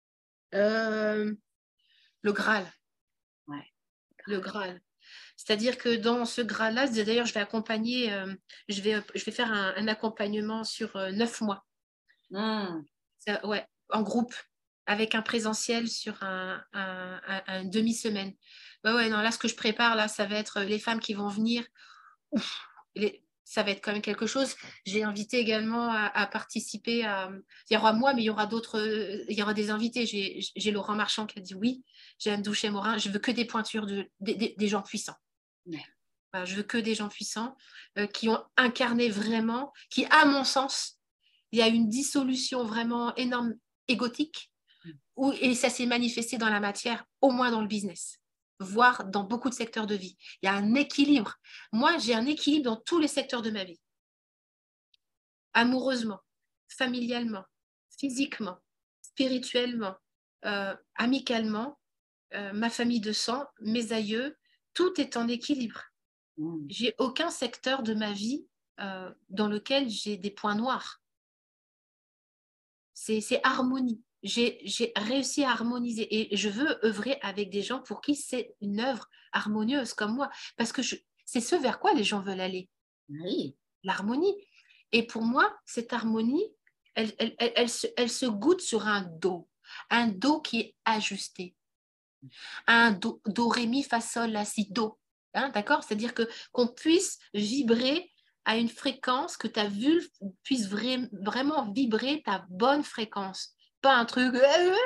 [SPEAKER 2] Le Graal.
[SPEAKER 1] Ouais.
[SPEAKER 2] Le Graal. C'est-à-dire que dans ce Graal-là, d'ailleurs, je vais accompagner, je vais faire un accompagnement sur 9 mois. Ouais, en groupe, avec un présentiel sur un demi-semaine. Ouais, non, là, ce que je prépare, là, ça va être les femmes qui vont venir. Ouf, ça va être quand même quelque chose. J'ai invité également à participer. Il y aura moi, mais il y aura d'autres. Il y aura des invités. J'ai Laurent Marchand qui a dit oui. J'ai Anne Douchet-Morin. Je veux que des pointures des gens puissants.
[SPEAKER 1] Ouais.
[SPEAKER 2] Voilà, je veux que des gens puissants qui ont incarné vraiment, qui, à mon sens, il y a une dissolution vraiment énorme égotique et ça s'est manifesté dans la matière, au moins dans le business, voire dans beaucoup de secteurs de vie. Il y a un équilibre. Moi, j'ai un équilibre dans tous les secteurs de ma vie. Amoureusement, familialement, physiquement, spirituellement, amicalement, ma famille de sang, mes aïeux, tout est en équilibre. J'ai aucun secteur de ma vie dans lequel j'ai des points noirs. C'est harmonie. J'ai réussi à harmoniser et je veux œuvrer avec des gens pour qui c'est une œuvre harmonieuse comme moi. Parce que c'est ce vers quoi les gens veulent aller.
[SPEAKER 1] Oui.
[SPEAKER 2] L'harmonie. Et pour moi, cette harmonie, elle se goûte sur un do qui est ajusté. Un do, ré, mi, fa, sol, la, si, do. Hein, d'accord? C'est-à-dire qu'on puisse vibrer à une fréquence, que ta vulve puisse vraiment vibrer ta bonne fréquence. Pas un truc...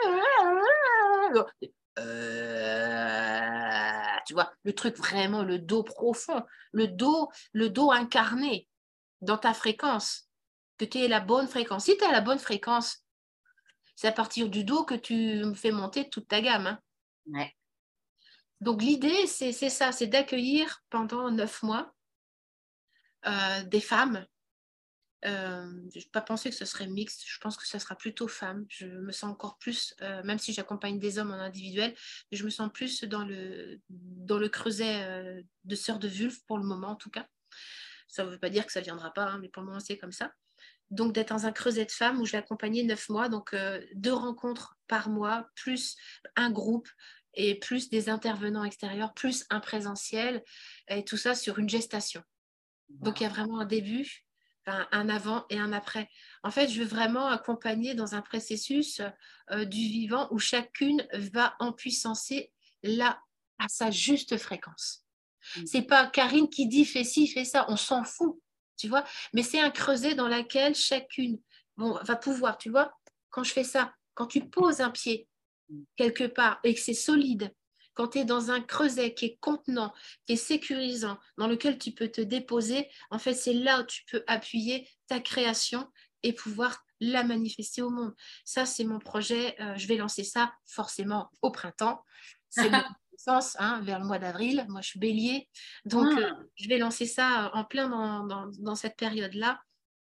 [SPEAKER 2] tu vois, le truc vraiment, le do profond, le do incarné dans ta fréquence, que tu aies la bonne fréquence. Si tu as la bonne fréquence, c'est à partir du do que tu me fais monter toute ta gamme. Hein.
[SPEAKER 1] Ouais.
[SPEAKER 2] Donc l'idée, c'est ça, c'est d'accueillir pendant 9 mois des femmes. Je n'ai pas pensé que ce serait mixte, je pense que ce sera plutôt femmes. Je me sens encore plus, même si j'accompagne des hommes en individuel, je me sens plus dans le creuset de sœurs de vulve pour le moment en tout cas. Ça ne veut pas dire que ça ne viendra pas, hein, mais pour le moment c'est comme ça. Donc d'être dans un creuset de femmes où je vais accompagner 9 mois, donc 2 rencontres par mois, plus un groupe et plus des intervenants extérieurs, plus un présentiel, et tout ça sur une gestation. Donc il y a vraiment un début, un avant et un après. En fait, je veux vraiment accompagner dans un processus du vivant où chacune va empuissancer là à sa juste fréquence. C'est pas Karine qui dit fais ci, fais ça, on s'en fout, tu vois. Mais c'est un creuset dans lequel chacune va pouvoir, tu vois, quand je fais ça, quand tu poses un pied quelque part et que c'est solide, quand tu es dans un creuset qui est contenant, qui est sécurisant, dans lequel tu peux te déposer, en fait, c'est là où tu peux appuyer ta création et pouvoir la manifester au monde. Ça, c'est mon projet. Je vais lancer ça forcément au printemps. C'est mon sens, hein, vers le mois d'avril. Moi, je suis bélier. Donc, je vais lancer ça en plein dans cette période-là.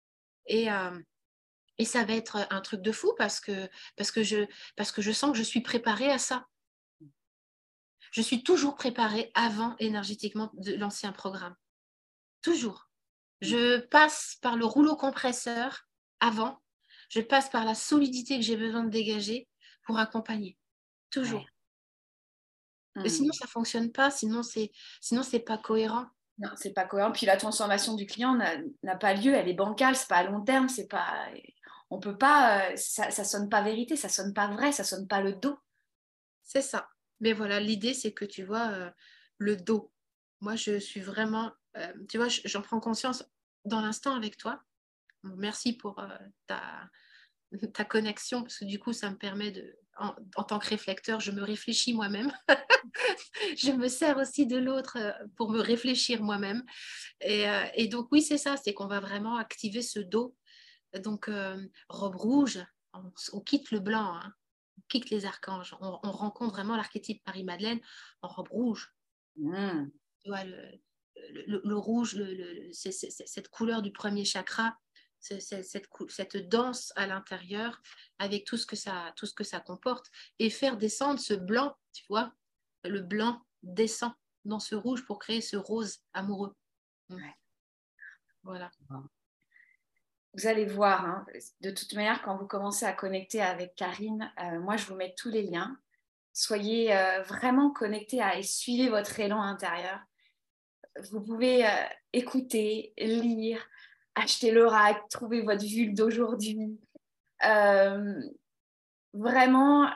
[SPEAKER 2] Et ça va être un truc de fou parce que je sens que je suis préparée à ça. Je suis toujours préparée avant énergétiquement de lancer un programme. Toujours. Je passe par le rouleau compresseur avant. Je passe par la solidité que j'ai besoin de dégager pour accompagner. Toujours. Et sinon, ça ne fonctionne pas. Sinon, c'est pas cohérent.
[SPEAKER 1] Non, c'est pas cohérent. Puis la transformation du client n'a pas lieu. Elle est bancale. C'est pas à long terme. C'est pas. On peut pas. Ça sonne pas vérité. Ça sonne pas vrai. Ça sonne pas le dos.
[SPEAKER 2] C'est ça. Mais voilà, l'idée, c'est que tu vois le dos. Moi, je suis vraiment, tu vois, j'en prends conscience dans l'instant avec toi. Merci pour ta connexion, parce que du coup, ça me permet en tant que réflecteur, je me réfléchis moi-même. Je me sers aussi de l'autre pour me réfléchir moi-même. Et donc, oui, c'est ça, c'est qu'on va vraiment activer ce dos. Donc, robe rouge, on quitte le blanc, hein, on quitte les archanges. On rencontre vraiment l'archétype Marie-Madeleine en robe rouge.
[SPEAKER 1] Mm.
[SPEAKER 2] Tu vois, le rouge, c'est cette couleur du premier chakra, cette danse à l'intérieur avec tout ce que ça comporte, et faire descendre ce blanc, tu vois, le blanc descend dans ce rouge pour créer ce rose amoureux.
[SPEAKER 1] Ouais.
[SPEAKER 2] Voilà.
[SPEAKER 1] Vous allez voir, hein, de toute manière, quand vous commencez à connecter avec Karine, moi, je vous mets tous les liens. Soyez vraiment connectés et suivez votre élan intérieur. Vous pouvez écouter, lire, acheter l'oracle, trouver votre vulve d'aujourd'hui. Euh, Vraiment,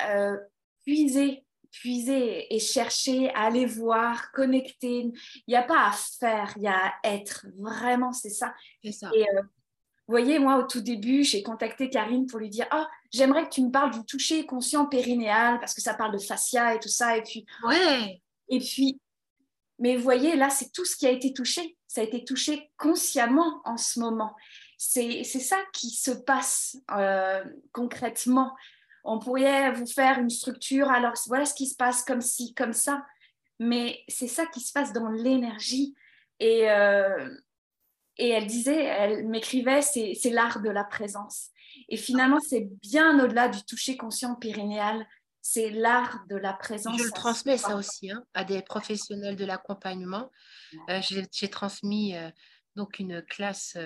[SPEAKER 1] puiser et chercher, aller voir, connecter. Il n'y a pas à faire, il y a à être. Vraiment, c'est ça.
[SPEAKER 2] C'est ça.
[SPEAKER 1] Et vous voyez, moi, au tout début, j'ai contacté Karine pour lui dire « Ah, j'aimerais que tu me parles du toucher conscient périnéal, parce que ça parle de fascia et tout ça. »
[SPEAKER 2] Ouais.
[SPEAKER 1] Et puis, mais vous voyez, là, c'est tout ce qui a été touché. Ça a été touché consciemment en ce moment. C'est ça qui se passe concrètement. On pourrait vous faire une structure, alors voilà ce qui se passe comme ci, comme ça. Mais c'est ça qui se passe dans l'énergie. Et, euh, et elle m'écrivait, c'est l'art de la présence. Et finalement, c'est bien au-delà du toucher conscient périnéal. C'est l'art de la présence.
[SPEAKER 2] Je le transmets ça aussi, hein, à des professionnels de l'accompagnement. J'ai transmis donc une classe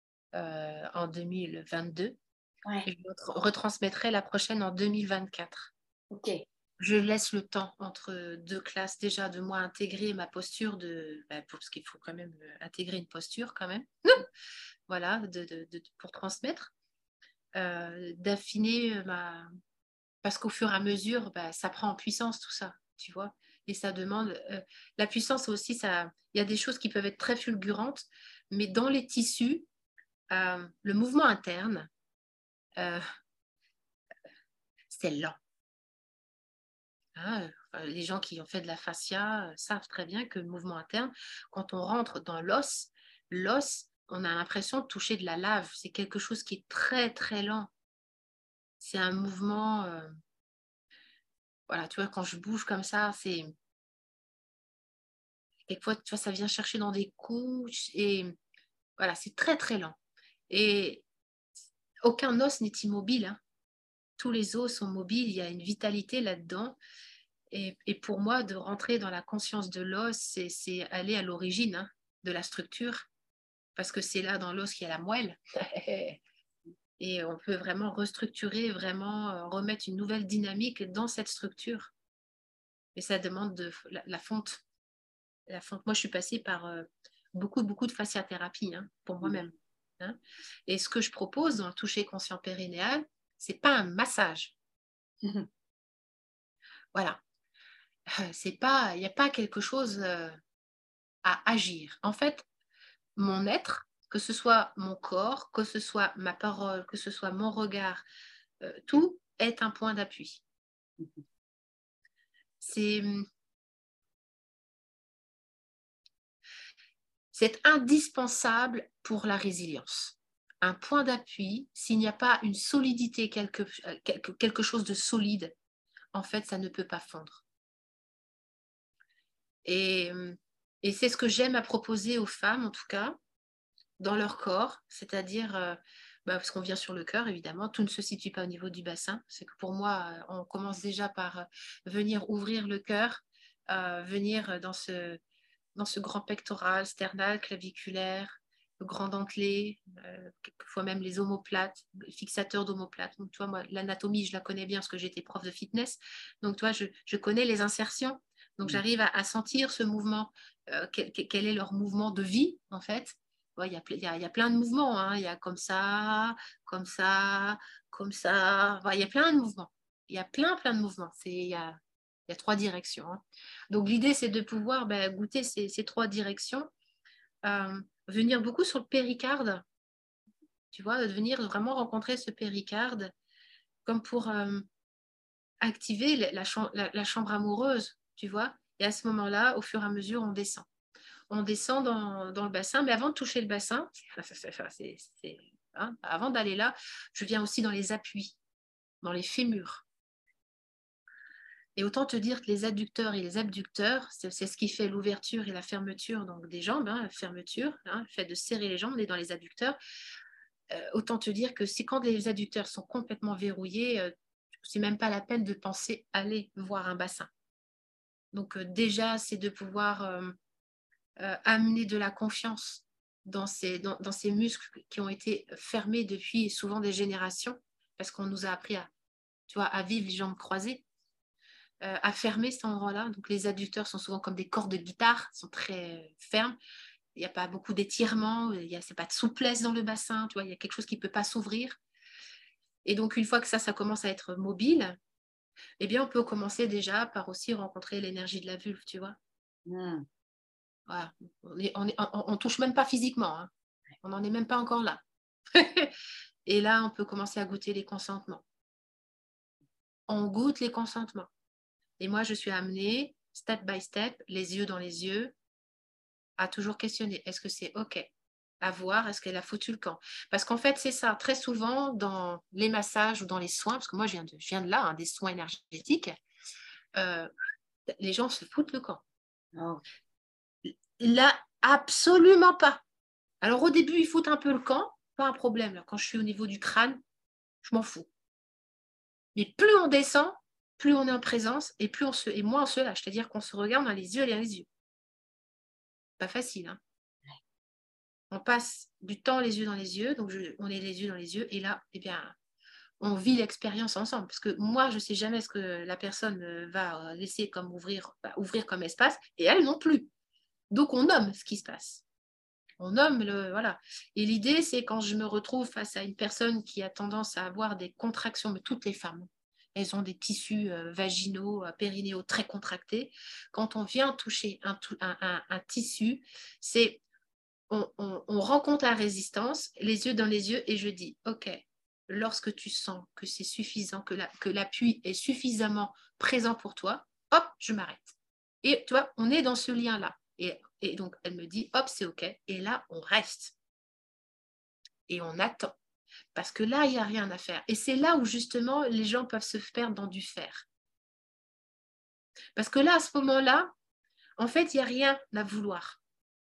[SPEAKER 2] en 2022.
[SPEAKER 1] Ouais,
[SPEAKER 2] Et je retransmettrai la prochaine en 2024.
[SPEAKER 1] ok.
[SPEAKER 2] Je laisse le temps entre deux classes déjà de moi intégrer ma posture parce qu'il faut quand même intégrer une posture quand même. Voilà, pour transmettre, d'affiner parce qu'au fur et à mesure, ça prend en puissance tout ça, tu vois. Et ça demande la puissance aussi, ça. Il y a des choses qui peuvent être très fulgurantes, mais dans les tissus, le mouvement interne, euh, c'est lent. Hein, les gens qui ont fait de la fascia savent très bien que le mouvement interne, quand on rentre dans l'os, on a l'impression de toucher de la lave. C'est quelque chose qui est très, très lent. C'est un mouvement, voilà, tu vois, quand je bouge comme ça, c'est quelquefois, tu vois, ça vient chercher dans des couches et voilà, c'est très, très lent. Et aucun os n'est immobile, hein. Tous les os sont mobiles, il y a une vitalité là-dedans. Et pour moi, de rentrer dans la conscience de l'os, c'est aller à l'origine, hein, de la structure, parce que c'est là dans l'os qu'il y a la moelle. Et on peut vraiment restructurer, vraiment remettre une nouvelle dynamique dans cette structure. Et ça demande la fonte. La fonte. Moi, je suis passée par beaucoup, beaucoup de fasciathérapie, hein, pour moi-même. Hein. Et ce que je propose dans le toucher conscient périnéal, c'est pas un massage. Voilà. Il n'y a pas quelque chose à agir. En fait, mon être, que ce soit mon corps, que ce soit ma parole, que ce soit mon regard, tout est un point d'appui. C'est indispensable pour la résilience. Un point d'appui, s'il n'y a pas une solidité, quelque chose de solide, en fait, ça ne peut pas fondre. Et, et c'est ce que j'aime à proposer aux femmes, en tout cas, dans leur corps, c'est-à-dire, parce qu'on vient sur le cœur, évidemment, tout ne se situe pas au niveau du bassin. C'est que pour moi, on commence déjà par venir ouvrir le cœur, venir dans ce grand pectoral, sternal, claviculaire, le grand dentelé, quelquefois même les omoplates, fixateurs d'omoplates. Donc, tu vois, moi, l'anatomie, je la connais bien parce que j'étais prof de fitness. Donc, tu vois, je connais les insertions. Donc, j'arrive à sentir ce mouvement, quel est leur mouvement de vie, en fait. Ouais, il y a plein de mouvements. Hein. Il y a comme ça, comme ça, comme ça. Ouais, il y a plein de mouvements. Il y a plein de mouvements. Il y a 3 directions. Hein. Donc, l'idée, c'est de pouvoir goûter ces 3 directions venir beaucoup sur le péricarde, tu vois, de venir vraiment rencontrer ce péricarde comme pour activer la chambre amoureuse, tu vois. Et à ce moment-là, au fur et à mesure, on descend. On descend dans le bassin, mais avant de toucher le bassin, avant d'aller là, je viens aussi dans les appuis, dans les fémurs. Et autant te dire que les adducteurs et les abducteurs, c'est ce qui fait l'ouverture et la fermeture donc des jambes, la fermeture, le fait de serrer les jambes, on est dans les adducteurs. Autant te dire que c'est quand les adducteurs sont complètement verrouillés, c'est même pas la peine de penser aller voir un bassin. Donc déjà, c'est de pouvoir amener de la confiance dans ces muscles qui ont été fermés depuis souvent des générations, parce qu'on nous a appris à vivre les jambes croisées, à fermer cet endroit-là. Donc les adducteurs sont souvent comme des cordes de guitare, sont très fermes. Il n'y a pas beaucoup d'étirement, c'est pas de souplesse dans le bassin, tu vois, il y a quelque chose qui ne peut pas s'ouvrir. Et donc, une fois que ça commence à être mobile, eh bien, on peut commencer déjà par aussi rencontrer l'énergie de la vulve, tu vois. Voilà. On touche même pas physiquement, hein. On n'en est même pas encore là. Et là, on peut commencer à goûter les consentements. On goûte les consentements. Et moi, je suis amenée, step by step, les yeux dans les yeux, à toujours questionner. Est-ce que c'est OK? À voir, est-ce qu'elle a foutu le camp? Parce qu'en fait, c'est ça. Très souvent, dans les massages ou dans les soins, parce que moi, je viens de là, hein, des soins énergétiques, les gens se foutent le camp.
[SPEAKER 1] Oh.
[SPEAKER 2] Là, absolument pas. Alors, au début, ils foutent un peu le camp, pas un problème. Là, quand je suis au niveau du crâne, je m'en fous. Mais plus on descend, plus on est en présence et moins on se lâche. C'est-à-dire qu'on se regarde dans les yeux et dans les yeux. Pas facile, hein. On passe du temps les yeux dans les yeux, donc on est les yeux dans les yeux, et là, eh bien, on vit l'expérience ensemble. Parce que moi, je ne sais jamais ce que la personne va laisser comme ouvrir comme espace, et elle non plus. Donc, on nomme ce qui se passe. On nomme voilà. Et l'idée, c'est quand je me retrouve face à une personne qui a tendance à avoir des contractions, mais toutes les femmes, elles ont des tissus vaginaux, périnéaux très contractés. Quand on vient toucher un tissu, c'est on rencontre la résistance, les yeux dans les yeux, et je dis, OK, lorsque tu sens que c'est suffisant, que l'appui est suffisamment présent pour toi, hop, je m'arrête. Et tu vois, on est dans ce lien-là. Et donc, elle me dit, hop, c'est OK. Et là, on reste. Et on attend. Parce que là, il n'y a rien à faire. Et c'est là où, justement, les gens peuvent se perdre dans du faire. Parce que là, à ce moment-là, en fait, il n'y a rien à vouloir.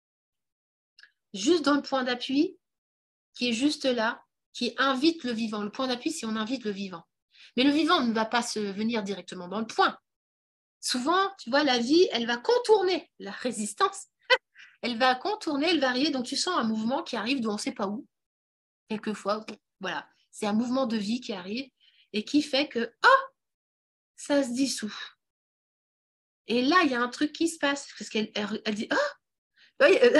[SPEAKER 2] Juste dans le point d'appui, qui est juste là, qui invite le vivant. Le point d'appui, c'est on invite le vivant. Mais le vivant ne va pas se venir directement dans le point. Souvent, tu vois, la vie, elle va contourner la résistance. Elle va contourner, elle va arriver. Donc, tu sens un mouvement qui arrive d'où on ne sait pas où. Quelquefois, voilà. C'est un mouvement de vie qui arrive et qui fait que, oh, ça se dissout. Et là, il y a un truc qui se passe. Parce qu'elle dit, oh,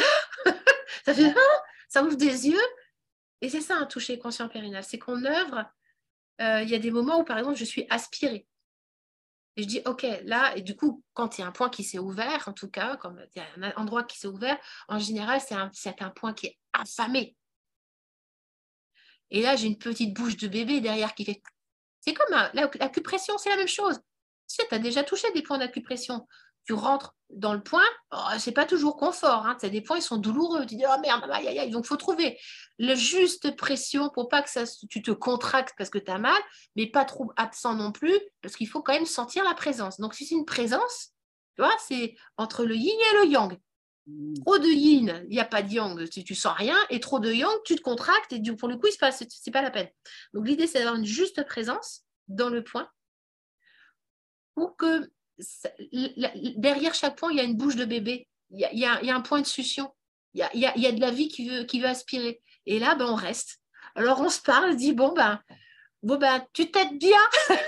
[SPEAKER 2] ça fait, oh, ça ouvre des yeux. Et c'est ça un toucher conscient périnal. C'est qu'on œuvre. Il y a des moments où, par exemple, je suis aspirée. Et je dis, OK, là, et du coup, quand il y a un point qui s'est ouvert, en tout cas, comme il y a un endroit qui s'est ouvert, en général, c'est un point qui est affamé. Et là, j'ai une petite bouche de bébé derrière qui fait... C'est comme l'acupression, c'est la même chose. Tu sais, tu as déjà touché des points d'acupression. Tu rentres dans le point, c'est pas toujours confort. Hein. Tu as des points, ils sont douloureux. Tu dis, oh merde, aïe, aïe, aïe. Donc, il faut trouver la juste pression pour pas que tu te contractes parce que tu as mal, mais pas trop absent non plus, parce qu'il faut quand même sentir la présence. Donc, si c'est une présence, tu vois, c'est entre le yin et le yang. Trop de yin, il n'y a pas de yang, tu sens rien, et trop de yang, tu te contractes, et pour le coup, c'est pas la peine. Donc, l'idée, c'est d'avoir une juste présence dans le point pour que derrière chaque point, il y a une bouche de bébé, il y a un point de succion, il y a de la vie qui veut aspirer. Et là, on reste. Alors, on se parle, on dit, bon, tu t'aides bien.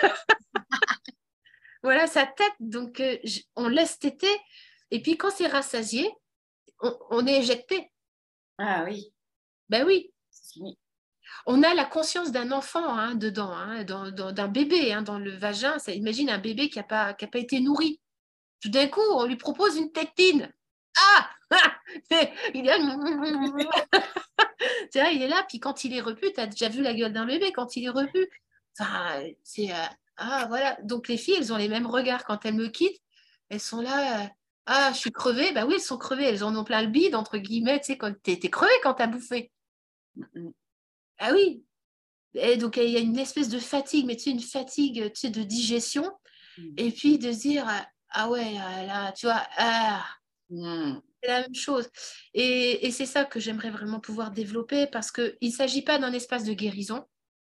[SPEAKER 2] Voilà, ça tête, donc on laisse téter. Et puis, quand c'est rassasié, on est éjecté.
[SPEAKER 1] Ah oui.
[SPEAKER 2] Ben oui. On a la conscience d'un enfant dedans, d'un bébé dans le vagin. Imagine un bébé qui n'a pas été nourri. Tout d'un coup, on lui propose une tétine. Ah Il est là, tu vois, il est là, puis quand il est repu, tu as déjà vu la gueule d'un bébé quand il est repu. Enfin, c'est ah voilà. Donc les filles, elles ont les mêmes regards quand elles me quittent. Elles sont là, ah, je suis crevée. Bah oui, elles sont crevées. Elles en ont plein le bide entre guillemets. Tu sais, quand t'es crevée quand t'as bouffé. Ah oui. Et donc il y a une espèce de fatigue, mais tu sais, une fatigue, tu sais, de digestion. Et puis de se dire, ah ouais, là, tu vois, c'est la même chose. Et c'est ça que j'aimerais vraiment pouvoir développer parce qu'il ne s'agit pas d'un espace de guérison.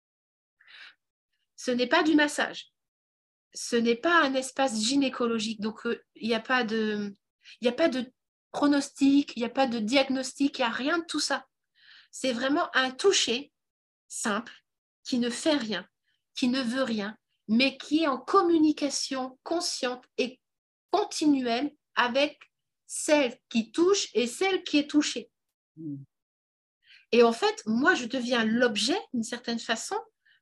[SPEAKER 2] Ce n'est pas du massage. Ce n'est pas un espace gynécologique. Donc, il n'y a pas de, il n'y a pas de pronostic, il n'y a pas de diagnostic, il n'y a rien de tout ça. C'est vraiment un toucher simple qui ne fait rien, qui ne veut rien, mais qui est en communication consciente et continuelle avec celle qui touche et celle qui est touchée. Et en fait, moi, je deviens l'objet, d'une certaine façon,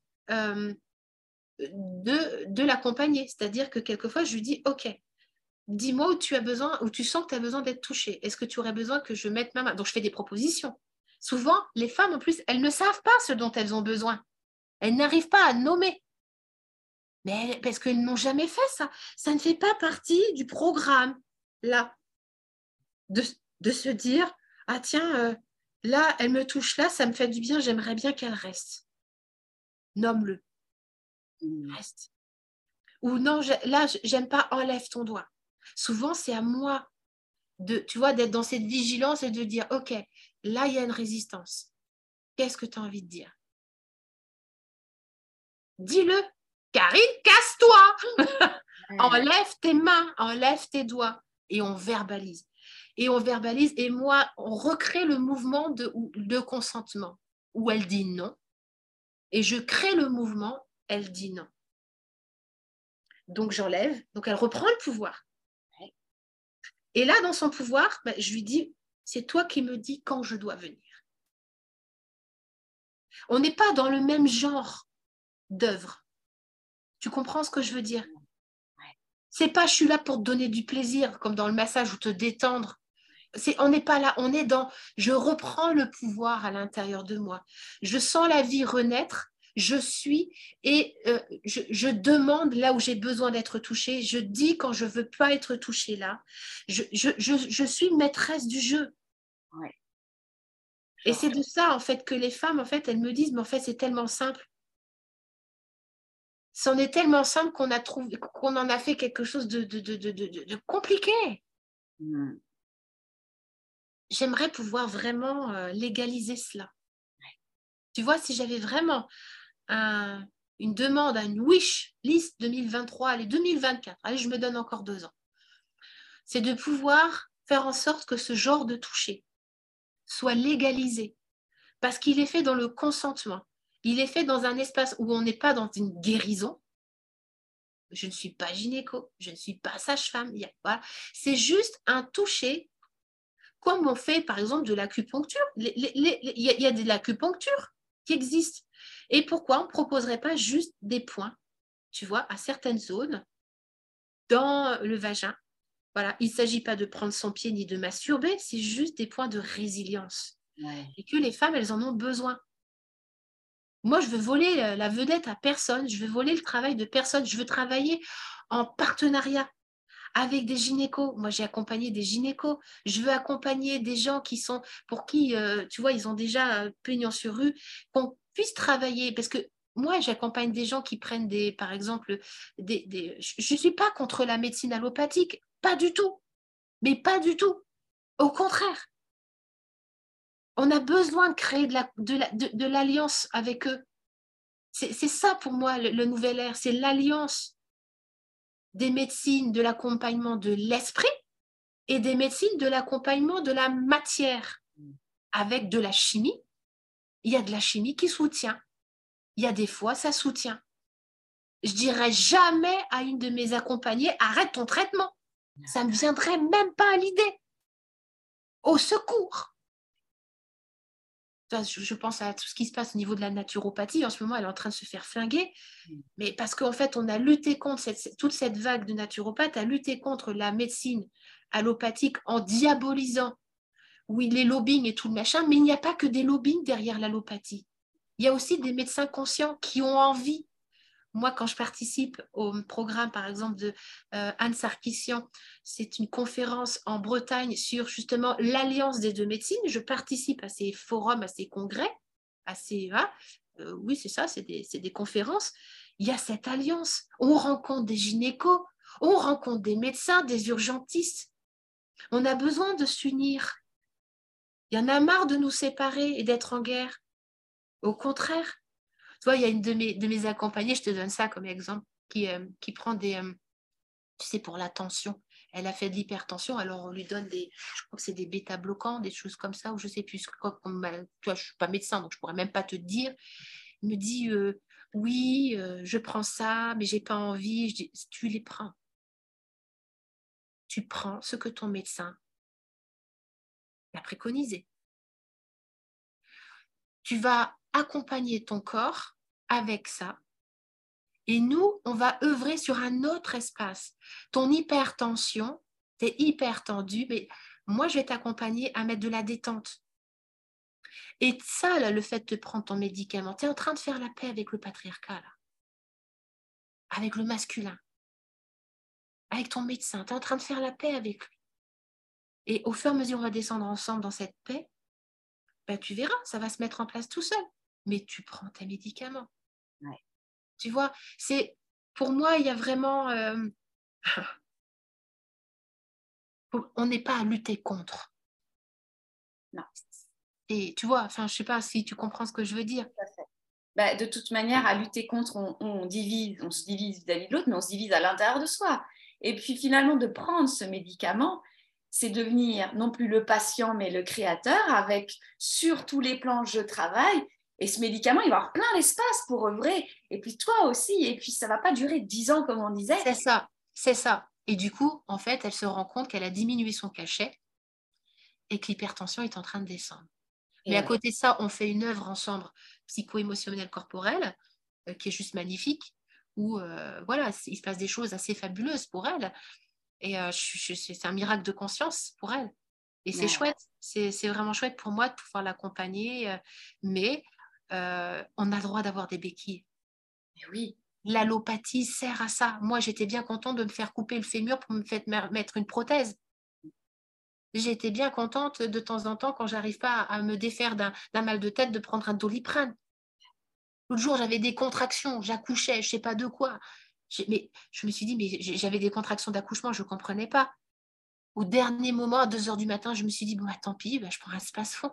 [SPEAKER 2] de l'accompagner. C'est-à-dire que quelquefois, je lui dis, OK, dis-moi où tu as besoin, où tu sens que tu as besoin d'être touchée. Est-ce que tu aurais besoin que je mette ma main? Donc, je fais des propositions. Souvent, les femmes, en plus, elles ne savent pas ce dont elles ont besoin. Elles n'arrivent pas à nommer. Mais parce qu'elles n'ont jamais fait ça. Ça ne fait pas partie du programme, là, de se dire, ah tiens, là, elle me touche là, ça me fait du bien, j'aimerais bien qu'elle reste. Nomme-le. Reste. Ou non, là, j'aime pas, enlève ton doigt. Souvent, c'est à moi tu vois, d'être dans cette vigilance et de dire, OK, là, il y a une résistance. Qu'est-ce que tu as envie de dire? Dis-le. Karine, casse-toi. Enlève tes mains, enlève tes doigts. Et on verbalise. Et on verbalise. Et moi, on recrée le mouvement de consentement où elle dit non. Et je crée le mouvement, elle dit non. Donc, j'enlève. Donc, elle reprend le pouvoir. Et là, dans son pouvoir, je lui dis, c'est toi qui me dis quand je dois venir. On n'est pas dans le même genre d'œuvre. Tu comprends ce que je veux dire? C'est pas je suis là pour te donner du plaisir, comme dans le massage ou te détendre. On n'est pas là, on est dans je reprends le pouvoir à l'intérieur de moi. Je sens la vie renaître, je suis et je demande là où j'ai besoin d'être touchée. Je dis quand je veux pas être touchée là. Je suis maîtresse du jeu.
[SPEAKER 1] Ouais.
[SPEAKER 2] Et c'est de ça en fait que les femmes, en fait, elles me disent, mais en fait, c'est tellement simple. C'en est tellement simple qu'on en a fait quelque chose de compliqué. J'aimerais pouvoir vraiment légaliser cela. Tu vois, si j'avais vraiment une demande, une wish list 2023, allez, 2024, allez, je me donne encore 2 ans, c'est de pouvoir faire en sorte que ce genre de toucher soit légalisé parce qu'il est fait dans le consentement. Il est fait dans un espace où on n'est pas dans une guérison. Je ne suis pas gynéco, je ne suis pas sage-femme. Voilà. C'est juste un toucher comme on fait par exemple de l'acupuncture. Il y a de l'acupuncture qui existe. Et pourquoi on ne proposerait pas juste des points, tu vois, à certaines zones dans le vagin? Voilà, il ne s'agit pas de prendre son pied ni de masturber, c'est juste des points de résilience. Ouais. Et que les femmes, elles en ont besoin. Moi, je veux voler la vedette à personne, je veux voler le travail de personne, je veux travailler en partenariat avec des gynécos. Moi, j'ai accompagné des gynécos. Je veux accompagner des gens pour qui, tu vois, ils ont déjà pignon sur rue, qu'on puisse travailler. Parce que moi, j'accompagne des gens qui prennent par exemple, je ne suis pas contre la médecine allopathique, pas du tout. Mais pas du tout. Au contraire. On a besoin de créer de l'alliance avec eux. C'est ça pour moi le nouvel ère, c'est l'alliance des médecines de l'accompagnement de l'esprit et des médecines de l'accompagnement de la matière. Avec de la chimie, il y a de la chimie qui soutient. Il y a des fois, ça soutient. Je dirais jamais à une de mes accompagnées, arrête ton traitement. Ça ne me viendrait même pas à l'idée. Au secours. Je pense à tout ce qui se passe au niveau de la naturopathie. En ce moment, elle est en train de se faire flinguer. Mais parce qu'en fait, on a lutté contre toute cette vague de naturopathes, a lutté contre la médecine allopathique en diabolisant oui, les lobbying et tout le machin, mais il n'y a pas que des lobbying derrière l'allopathie. Il y a aussi des médecins conscients qui ont envie. Moi, quand je participe au programme, par exemple, de Anne Sarkissian, c'est une conférence en Bretagne sur justement l'alliance des deux médecines. Je participe à ces forums, à ces congrès, à ces... oui, c'est ça, c'est des conférences. Il y a cette alliance. On rencontre des gynécos, on rencontre des médecins, des urgentistes. On a besoin de s'unir. Il y en a marre de nous séparer et d'être en guerre. Au contraire. Tu vois, il y a une de mes accompagnées, je te donne ça comme exemple, qui prend des, tu sais, pour la tension. Elle a fait de l'hypertension, alors on lui donne je crois que c'est des bêta-bloquants, des choses comme ça, ou je ne sais plus. Tu vois, je ne suis pas médecin, donc je ne pourrais même pas te dire. Il me dit, oui, je prends ça, mais je n'ai pas envie. Je dis, tu les prends. Tu prends ce que ton médecin a préconisé. Tu vas accompagner ton corps avec ça. Et nous, on va œuvrer sur un autre espace. Ton hypertension, tu es hyper tendu, mais moi, je vais t'accompagner à mettre de la détente. Et ça, là, le fait de prendre ton médicament, tu es en train de faire la paix avec le patriarcat, là, avec le masculin, avec ton médecin. Tu es en train de faire la paix avec lui. Et au fur et à mesure, on va descendre ensemble dans cette paix, ben, tu verras, ça va se mettre en place tout seul. Mais tu prends tes médicaments.
[SPEAKER 1] Ouais.
[SPEAKER 2] Tu vois, pour moi, il y a vraiment... on n'est pas à lutter contre.
[SPEAKER 1] Non.
[SPEAKER 2] Et tu vois, enfin, je sais pas si tu comprends ce que je veux dire.
[SPEAKER 1] Tout à fait. Bah, de toute manière, à lutter contre, on divise, on se divise vis-à-vis de l'autre, mais on se divise à l'intérieur de soi. Et puis finalement, de prendre ce médicament, c'est devenir non plus le patient, mais le créateur, avec sur tous les plans, je travaille. Et ce médicament, il va avoir plein d'espace pour œuvrer. Et puis toi aussi. Et puis ça ne va pas durer 10 ans, comme on disait.
[SPEAKER 2] C'est ça, c'est ça. Et du coup, en fait, elle se rend compte qu'elle a diminué son cachet et que l'hypertension est en train de descendre. Mais
[SPEAKER 1] Et
[SPEAKER 2] à
[SPEAKER 1] ouais.
[SPEAKER 2] côté de ça, on fait une œuvre ensemble psycho-émotionnelle corporelle qui est juste magnifique, où voilà, il se passe des choses assez fabuleuses pour elle. Et c'est un miracle de conscience pour elle. Et c'est
[SPEAKER 1] Ouais.
[SPEAKER 2] chouette, c'est vraiment chouette pour moi de pouvoir l'accompagner, mais on a le droit d'avoir des béquilles.
[SPEAKER 1] Mais oui.
[SPEAKER 2] L'allopathie sert à ça. Moi, j'étais bien contente de me faire couper le fémur pour me faire mettre une prothèse. J'étais bien contente de temps en temps, quand j'arrive pas à me défaire d'un mal de tête, de prendre un Doliprane. L'autre jour, j'avais des contractions, j'accouchais, je sais pas de quoi. Mais je me suis dit, mais j'avais des contractions d'accouchement, je ne comprenais pas. Au dernier moment, à 2 heures du matin, je me suis dit, bon, bah, tant pis, bah, je prends un Spasfon.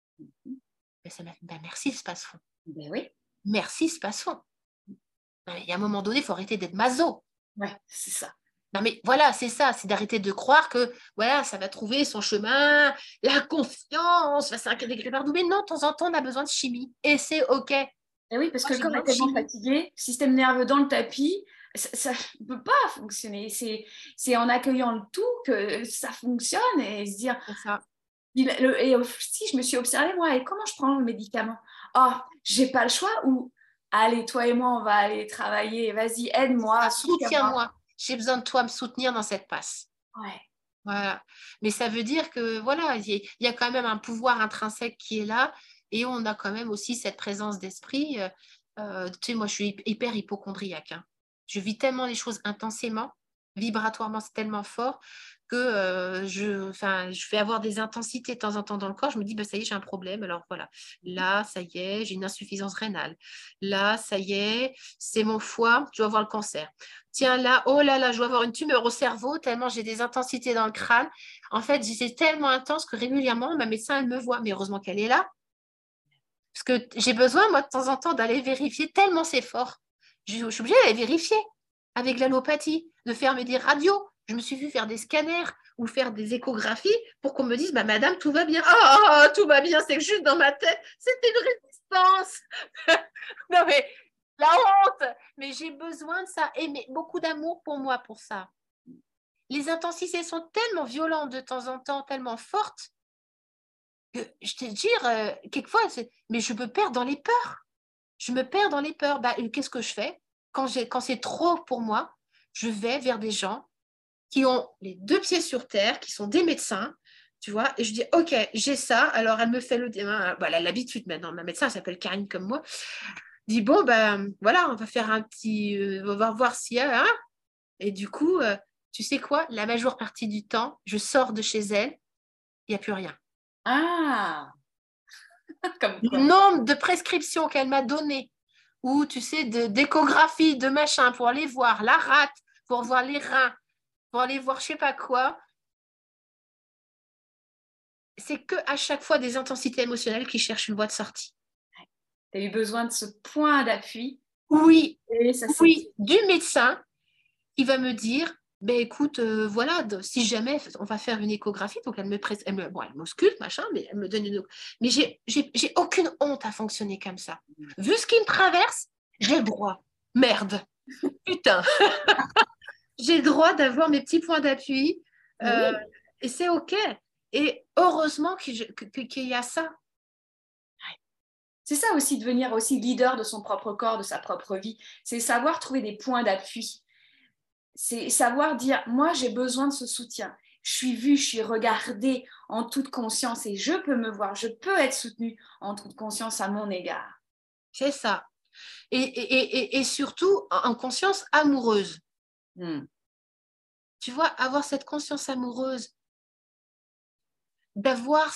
[SPEAKER 2] Merci, Spasfon.
[SPEAKER 1] Ben oui.
[SPEAKER 2] Merci, Spasfon. Il y a un moment donné, il faut arrêter d'être maso.
[SPEAKER 1] Ouais, c'est ça.
[SPEAKER 2] Non, mais voilà, c'est ça, c'est d'arrêter de croire que voilà, ça va trouver son chemin, la confiance va s'intégrer partout. Mais non, de temps en temps, on a besoin de chimie. Et c'est OK.
[SPEAKER 1] Et oui, parce
[SPEAKER 2] Moi,
[SPEAKER 1] que le
[SPEAKER 2] j'ai
[SPEAKER 1] corps
[SPEAKER 2] besoin
[SPEAKER 1] est
[SPEAKER 2] de
[SPEAKER 1] tellement
[SPEAKER 2] chimie.
[SPEAKER 1] fatigué, système nerveux dans le tapis, ça ne peut pas fonctionner. C'est en accueillant le tout que ça fonctionne et se dire.
[SPEAKER 2] C'est ça.
[SPEAKER 1] Et aussi, je me suis observée, moi, et comment je prends le médicament? Oh, j'ai pas le choix ou allez, toi et moi, on va aller travailler, vas-y, aide-moi, soutiens-moi.
[SPEAKER 2] Soutiens-moi. J'ai besoin de toi me soutenir dans cette passe.
[SPEAKER 1] Ouais,
[SPEAKER 2] Voilà. Mais ça veut dire que voilà, il y a quand même un pouvoir intrinsèque qui est là et on a quand même aussi cette présence d'esprit. Tu sais, moi, je suis hyper hypocondriaque, hein. Je vis tellement les choses intensément, vibratoirement, c'est tellement fort que je vais avoir des intensités de temps en temps dans le corps. Je me dis, bah, ça y est, j'ai un problème. Alors voilà, là, ça y est, j'ai une insuffisance rénale. Là, ça y est, c'est mon foie, je dois avoir le cancer. Tiens là, oh là là, je dois avoir une tumeur au cerveau tellement j'ai des intensités dans le crâne. En fait, c'est tellement intense que régulièrement, ma médecin, elle me voit. Mais heureusement qu'elle est là, parce que j'ai besoin, moi, de temps en temps, d'aller vérifier tellement c'est fort. Je suis obligée d'aller vérifier avec l'allopathie, de faire des radios. Je me suis vue faire des scanners ou faire des échographies pour qu'on me dise, bah, madame, tout va bien. Oh, tout va bien, c'est que juste dans ma tête, c'était une résistance. Non, mais la honte. Mais j'ai besoin de ça. Et mais beaucoup d'amour pour moi pour ça. Les intensités sont tellement violentes de temps en temps, tellement fortes, que je te dire, quelquefois, mais je me perds dans les peurs. Je me perds dans les peurs. Bah, qu'est-ce que je fais quand c'est trop pour moi? Je vais vers des gens qui ont les 2 pieds sur terre, qui sont des médecins, Tu vois, et je dis, OK, j'ai ça. Alors, elle me fait elle a l'habitude maintenant. Ma médecin s'appelle Karine comme moi. Dit, bon, ben voilà, on va faire un petit. On va voir s'il y a. Hein. Et du coup, tu sais quoi? La majeure partie du temps, je sors de chez elle, il n'y a plus rien.
[SPEAKER 1] Ah, comme
[SPEAKER 2] Le
[SPEAKER 1] quoi.
[SPEAKER 2] nombre de prescriptions qu'elle m'a données, ou tu sais, d'échographie, de machin, pour aller voir la rate, pour voir les reins, pour aller voir je sais pas quoi, c'est que à chaque fois des intensités émotionnelles qui cherchent une voie de sortie.
[SPEAKER 1] Tu as eu besoin de ce point d'appui
[SPEAKER 2] Oui,
[SPEAKER 1] et ça s'est dit.
[SPEAKER 2] oui, du médecin, il va me dire, ben écoute, voilà, si jamais on va faire une échographie, donc elle m'ausculte, machin, mais elle me donne une. Mais j'ai aucune honte à fonctionner comme ça. Vu ce qui me traverse, j'ai le droit. Merde, putain, j'ai le droit d'avoir mes petits points d'appui euh,
[SPEAKER 1] Oui,
[SPEAKER 2] et c'est OK. Et heureusement qu'il y a ça.
[SPEAKER 1] c'est ça aussi, devenir aussi leader de son propre corps, de sa propre vie. C'est savoir trouver des points d'appui. C'est savoir dire, moi, j'ai besoin de ce soutien. Je suis vue, je suis regardée en toute conscience et je peux me voir, je peux être soutenue en toute conscience à mon égard.
[SPEAKER 2] C'est ça. Et surtout en conscience amoureuse.
[SPEAKER 1] Hmm.
[SPEAKER 2] Tu vois, avoir cette conscience amoureuse, d'avoir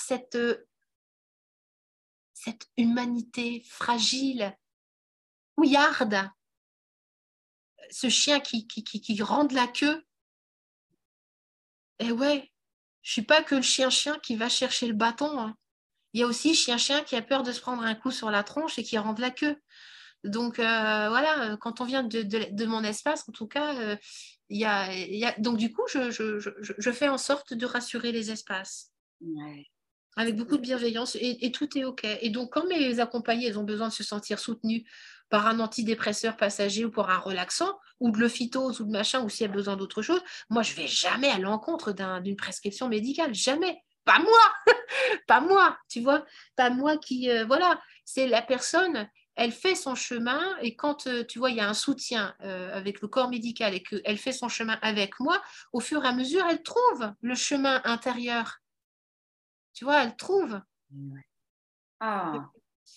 [SPEAKER 2] cette humanité fragile, couillarde, ce chien qui rend de la queue. Et ouais, je suis pas que le chien-chien qui va chercher le bâton. Hein. Il y a aussi chien-chien qui a peur de se prendre un coup sur la tronche et qui rend de la queue. Donc voilà, quand on vient de mon espace, en tout cas, donc du coup, je fais en sorte de rassurer les espaces
[SPEAKER 1] Ouais.
[SPEAKER 2] avec beaucoup de bienveillance et tout est OK. Et donc, quand mes accompagnés, elles ont besoin de se sentir soutenues par un antidépresseur passager ou pour un relaxant, ou de l'ophytose ou de machin, ou s'il y a besoin d'autre chose, moi, je vais jamais à l'encontre d'une prescription médicale. Jamais. Pas moi, pas moi, tu vois, pas moi qui, voilà, c'est la personne, elle fait son chemin et quand, tu vois, il y a un soutien avec le corps médical et qu'elle fait son chemin avec moi, au fur et à mesure, elle trouve le chemin intérieur, tu vois, elle trouve.
[SPEAKER 1] Ouais. Ah,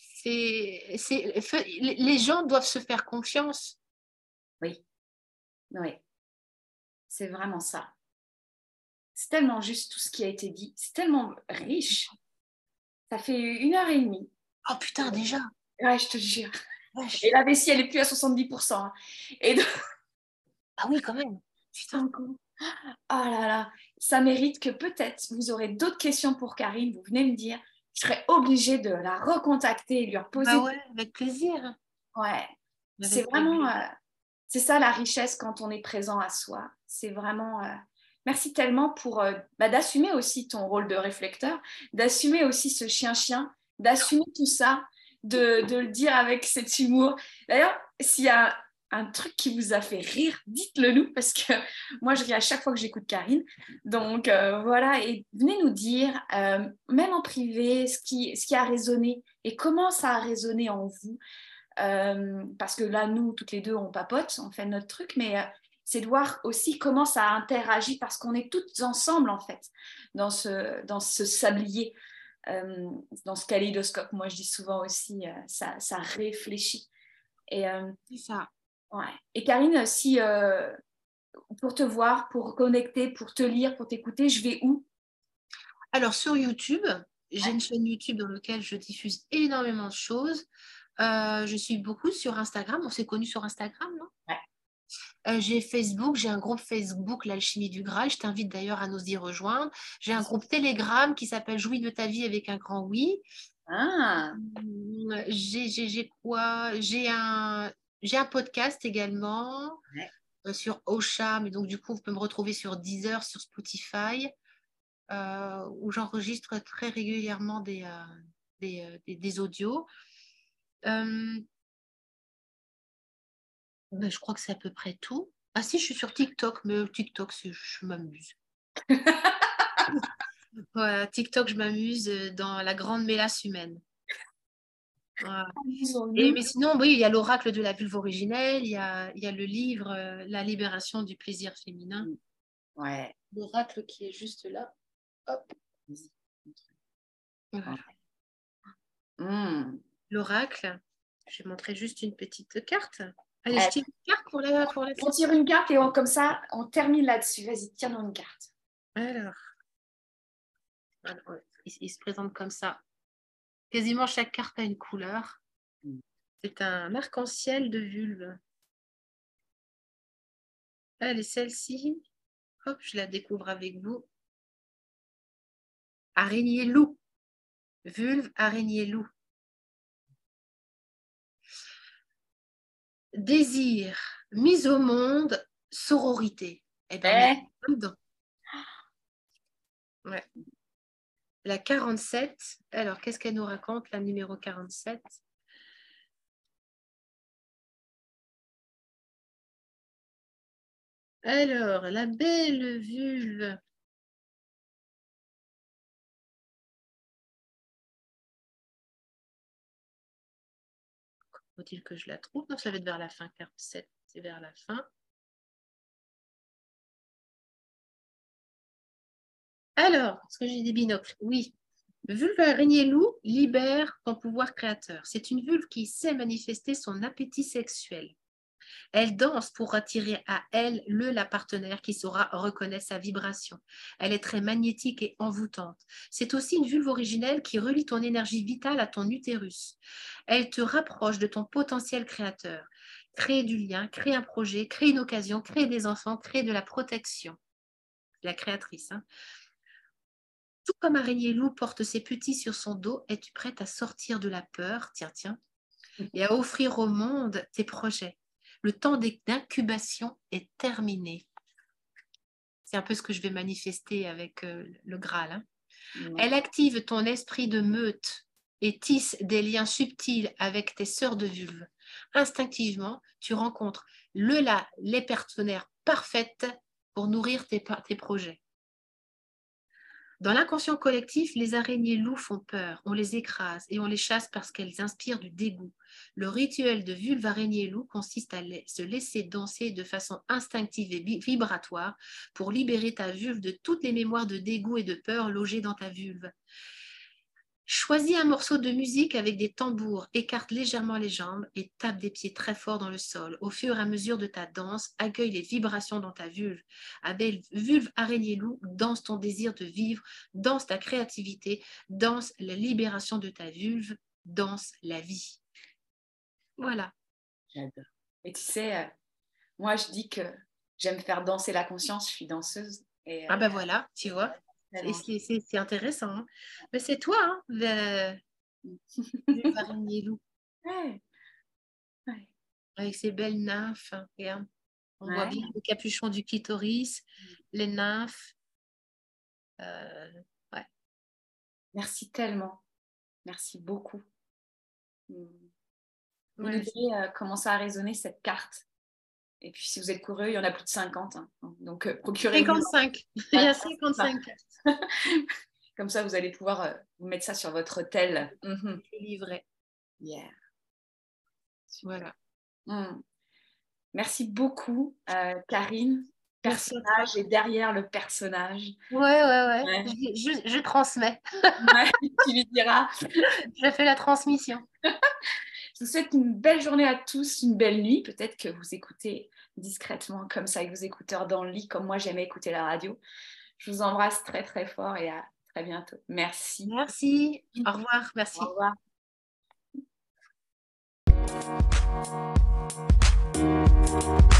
[SPEAKER 2] Les gens doivent se faire confiance.
[SPEAKER 1] oui, oui, c'est vraiment ça. C'est tellement juste tout ce qui a été dit. C'est tellement riche. Ça fait 1 heure et demie.
[SPEAKER 2] Oh putain, déjà.
[SPEAKER 1] Ouais, je te jure. Et
[SPEAKER 2] Vache.
[SPEAKER 1] la vessie, elle est plus à 70%. Hein. Et donc,
[SPEAKER 2] Ah oui, quand même. Putain.
[SPEAKER 1] oh là là, ça mérite que peut-être vous aurez d'autres questions pour Karine. Vous venez me dire. Je serais obligée de la recontacter et lui
[SPEAKER 2] Bah
[SPEAKER 1] reposer.
[SPEAKER 2] ouais, avec plaisir.
[SPEAKER 1] Ouais, c'est
[SPEAKER 2] Avec
[SPEAKER 1] vraiment,
[SPEAKER 2] plaisir.
[SPEAKER 1] c'est ça la richesse quand on est présent à soi. C'est vraiment, merci tellement pour d'assumer aussi ton rôle de réflecteur, d'assumer aussi ce chien-chien, d'assumer tout ça, de le dire avec cet humour. D'ailleurs, s'il y a un truc qui vous a fait rire, dites-le nous parce que moi je ris à chaque fois que j'écoute Karine. Donc voilà, et venez nous dire, même en privé, ce qui a résonné et comment ça a résonné en vous. Parce que là, nous, toutes les deux, on papote, on fait notre truc, mais c'est de voir aussi comment ça interagit, parce qu'on est toutes ensemble, en fait, dans ce sablier, dans ce kaléidoscope. Moi, je dis souvent aussi, ça réfléchit. Et,
[SPEAKER 2] C'est ça.
[SPEAKER 1] ouais. Et Karine, si pour te voir, pour connecter, pour te lire, pour t'écouter, je vais où?
[SPEAKER 2] Alors, sur YouTube, j'ai une chaîne YouTube dans laquelle je diffuse énormément de choses. Je suis beaucoup sur Instagram. On s'est connus sur Instagram, non?
[SPEAKER 1] Ouais.
[SPEAKER 2] J'ai Facebook, j'ai un groupe Facebook, l'Alchimie du Graal. Je t'invite d'ailleurs à nous y rejoindre. J'ai un groupe Telegram qui s'appelle Jouis de ta vie avec un grand oui.
[SPEAKER 1] Ah,
[SPEAKER 2] J'ai quoi? J'ai un podcast également
[SPEAKER 1] ouais.
[SPEAKER 2] sur Ocha, mais donc du coup, vous pouvez me retrouver sur Deezer, sur Spotify, où j'enregistre très régulièrement des audios. Euh, ben, je crois que c'est à peu près tout. Ah si, je suis sur TikTok, mais TikTok, je m'amuse. Voilà, TikTok, je m'amuse dans la grande mélasse humaine. Voilà.
[SPEAKER 1] Amusons-nous.
[SPEAKER 2] Mais sinon, oui, il y a l'oracle de la vulve originelle, il y a le livre La libération du plaisir féminin.
[SPEAKER 1] Ouais.
[SPEAKER 2] L'oracle qui est juste là. Hop.
[SPEAKER 1] Vas-y.
[SPEAKER 2] Voilà.
[SPEAKER 1] Mmh.
[SPEAKER 2] L'oracle, je vais montrer juste une petite carte. Allez, je tire une carte pour la
[SPEAKER 1] On tire une carte et comme ça, on termine là-dessus. Vas-y, tire-nous une carte.
[SPEAKER 2] Alors, il se présente comme ça. Quasiment chaque carte a une couleur. C'est un arc-en-ciel de vulve. Allez, celle-ci, hop, je la découvre avec vous. Araignée loup. Vulve, araignée loup. Désir, mise au monde, sororité. Eh bien, on est dedans. Ouais. La 47, alors qu'est-ce qu'elle nous raconte, la numéro 47? Alors, la belle vulve. Faut-il que je la trouve? Non, ça va être vers la fin, 47, c'est vers la fin. Alors, est-ce que j'ai des binocles? Oui. Vulve araignée loup libère ton pouvoir créateur. C'est une vulve qui sait manifester son appétit sexuel. Elle danse pour attirer à elle la partenaire qui saura reconnaître sa vibration. Elle est très magnétique et envoûtante. C'est aussi une vulve originelle qui relie ton énergie vitale à ton utérus. Elle te rapproche de ton potentiel créateur. Créer du lien, créer un projet, créer une occasion, créer des enfants, créer de la protection. La créatrice, hein. Tout comme araignée loup porte ses petits sur son dos, es-tu prête à sortir de la peur, tiens, et à offrir au monde tes projets? Le temps d'incubation est terminé. C'est un peu ce que je vais manifester avec le Graal. Hein. Elle active ton esprit de meute et tisse des liens subtils avec tes sœurs de vulve. Instinctivement, tu rencontres les partenaires parfaites pour nourrir tes projets. Dans l'inconscient collectif, les araignées loups font peur, on les écrase et on les chasse parce qu'elles inspirent du dégoût. Le rituel de vulve araignée loup consiste à se laisser danser de façon instinctive et vibratoire pour libérer ta vulve de toutes les mémoires de dégoût et de peur logées dans ta vulve. Choisis un morceau de musique avec des tambours, écarte légèrement les jambes et tape des pieds très fort dans le sol. Au fur et à mesure de ta danse, accueille les vibrations dans ta vulve. Avec vulve araignée loup, danse ton désir de vivre, danse ta créativité, danse la libération de ta vulve, danse la vie. Voilà.
[SPEAKER 1] J'adore. Et tu sais, moi je dis que j'aime faire danser la conscience, je suis danseuse. Et,
[SPEAKER 2] ah ben voilà, tu vois. C'est intéressant. Hein. Mais c'est toi, hein, le araignée loup.
[SPEAKER 1] Ouais. Ouais.
[SPEAKER 2] Avec ses belles nymphes. Regarde. On voit bien le capuchon du clitoris, les nymphes. Ouais.
[SPEAKER 1] Merci tellement. Merci beaucoup. Vous nous direz comment ça a résonné cette carte. Et puis, si vous êtes coureux, il y en a plus de 50. Hein. Donc, procurez-vous.
[SPEAKER 2] 55. Il y a 55 cartes.
[SPEAKER 1] Comme ça, vous allez pouvoir vous mettre ça sur votre tel.
[SPEAKER 2] Livré.
[SPEAKER 1] Yeah.
[SPEAKER 2] Voilà.
[SPEAKER 1] Merci beaucoup, Karine. Personnage et derrière le personnage.
[SPEAKER 2] Ouais. Je transmets.
[SPEAKER 1] Tu lui diras.
[SPEAKER 2] Je fais la transmission.
[SPEAKER 1] Je vous souhaite une belle journée à tous, une belle nuit. Peut-être que vous écoutez discrètement comme ça avec vos écouteurs dans le lit, comme moi j'aimais écouter la radio. Je vous embrasse très très fort et à très bientôt. Merci.
[SPEAKER 2] Merci. Au revoir. Merci.
[SPEAKER 1] Au revoir.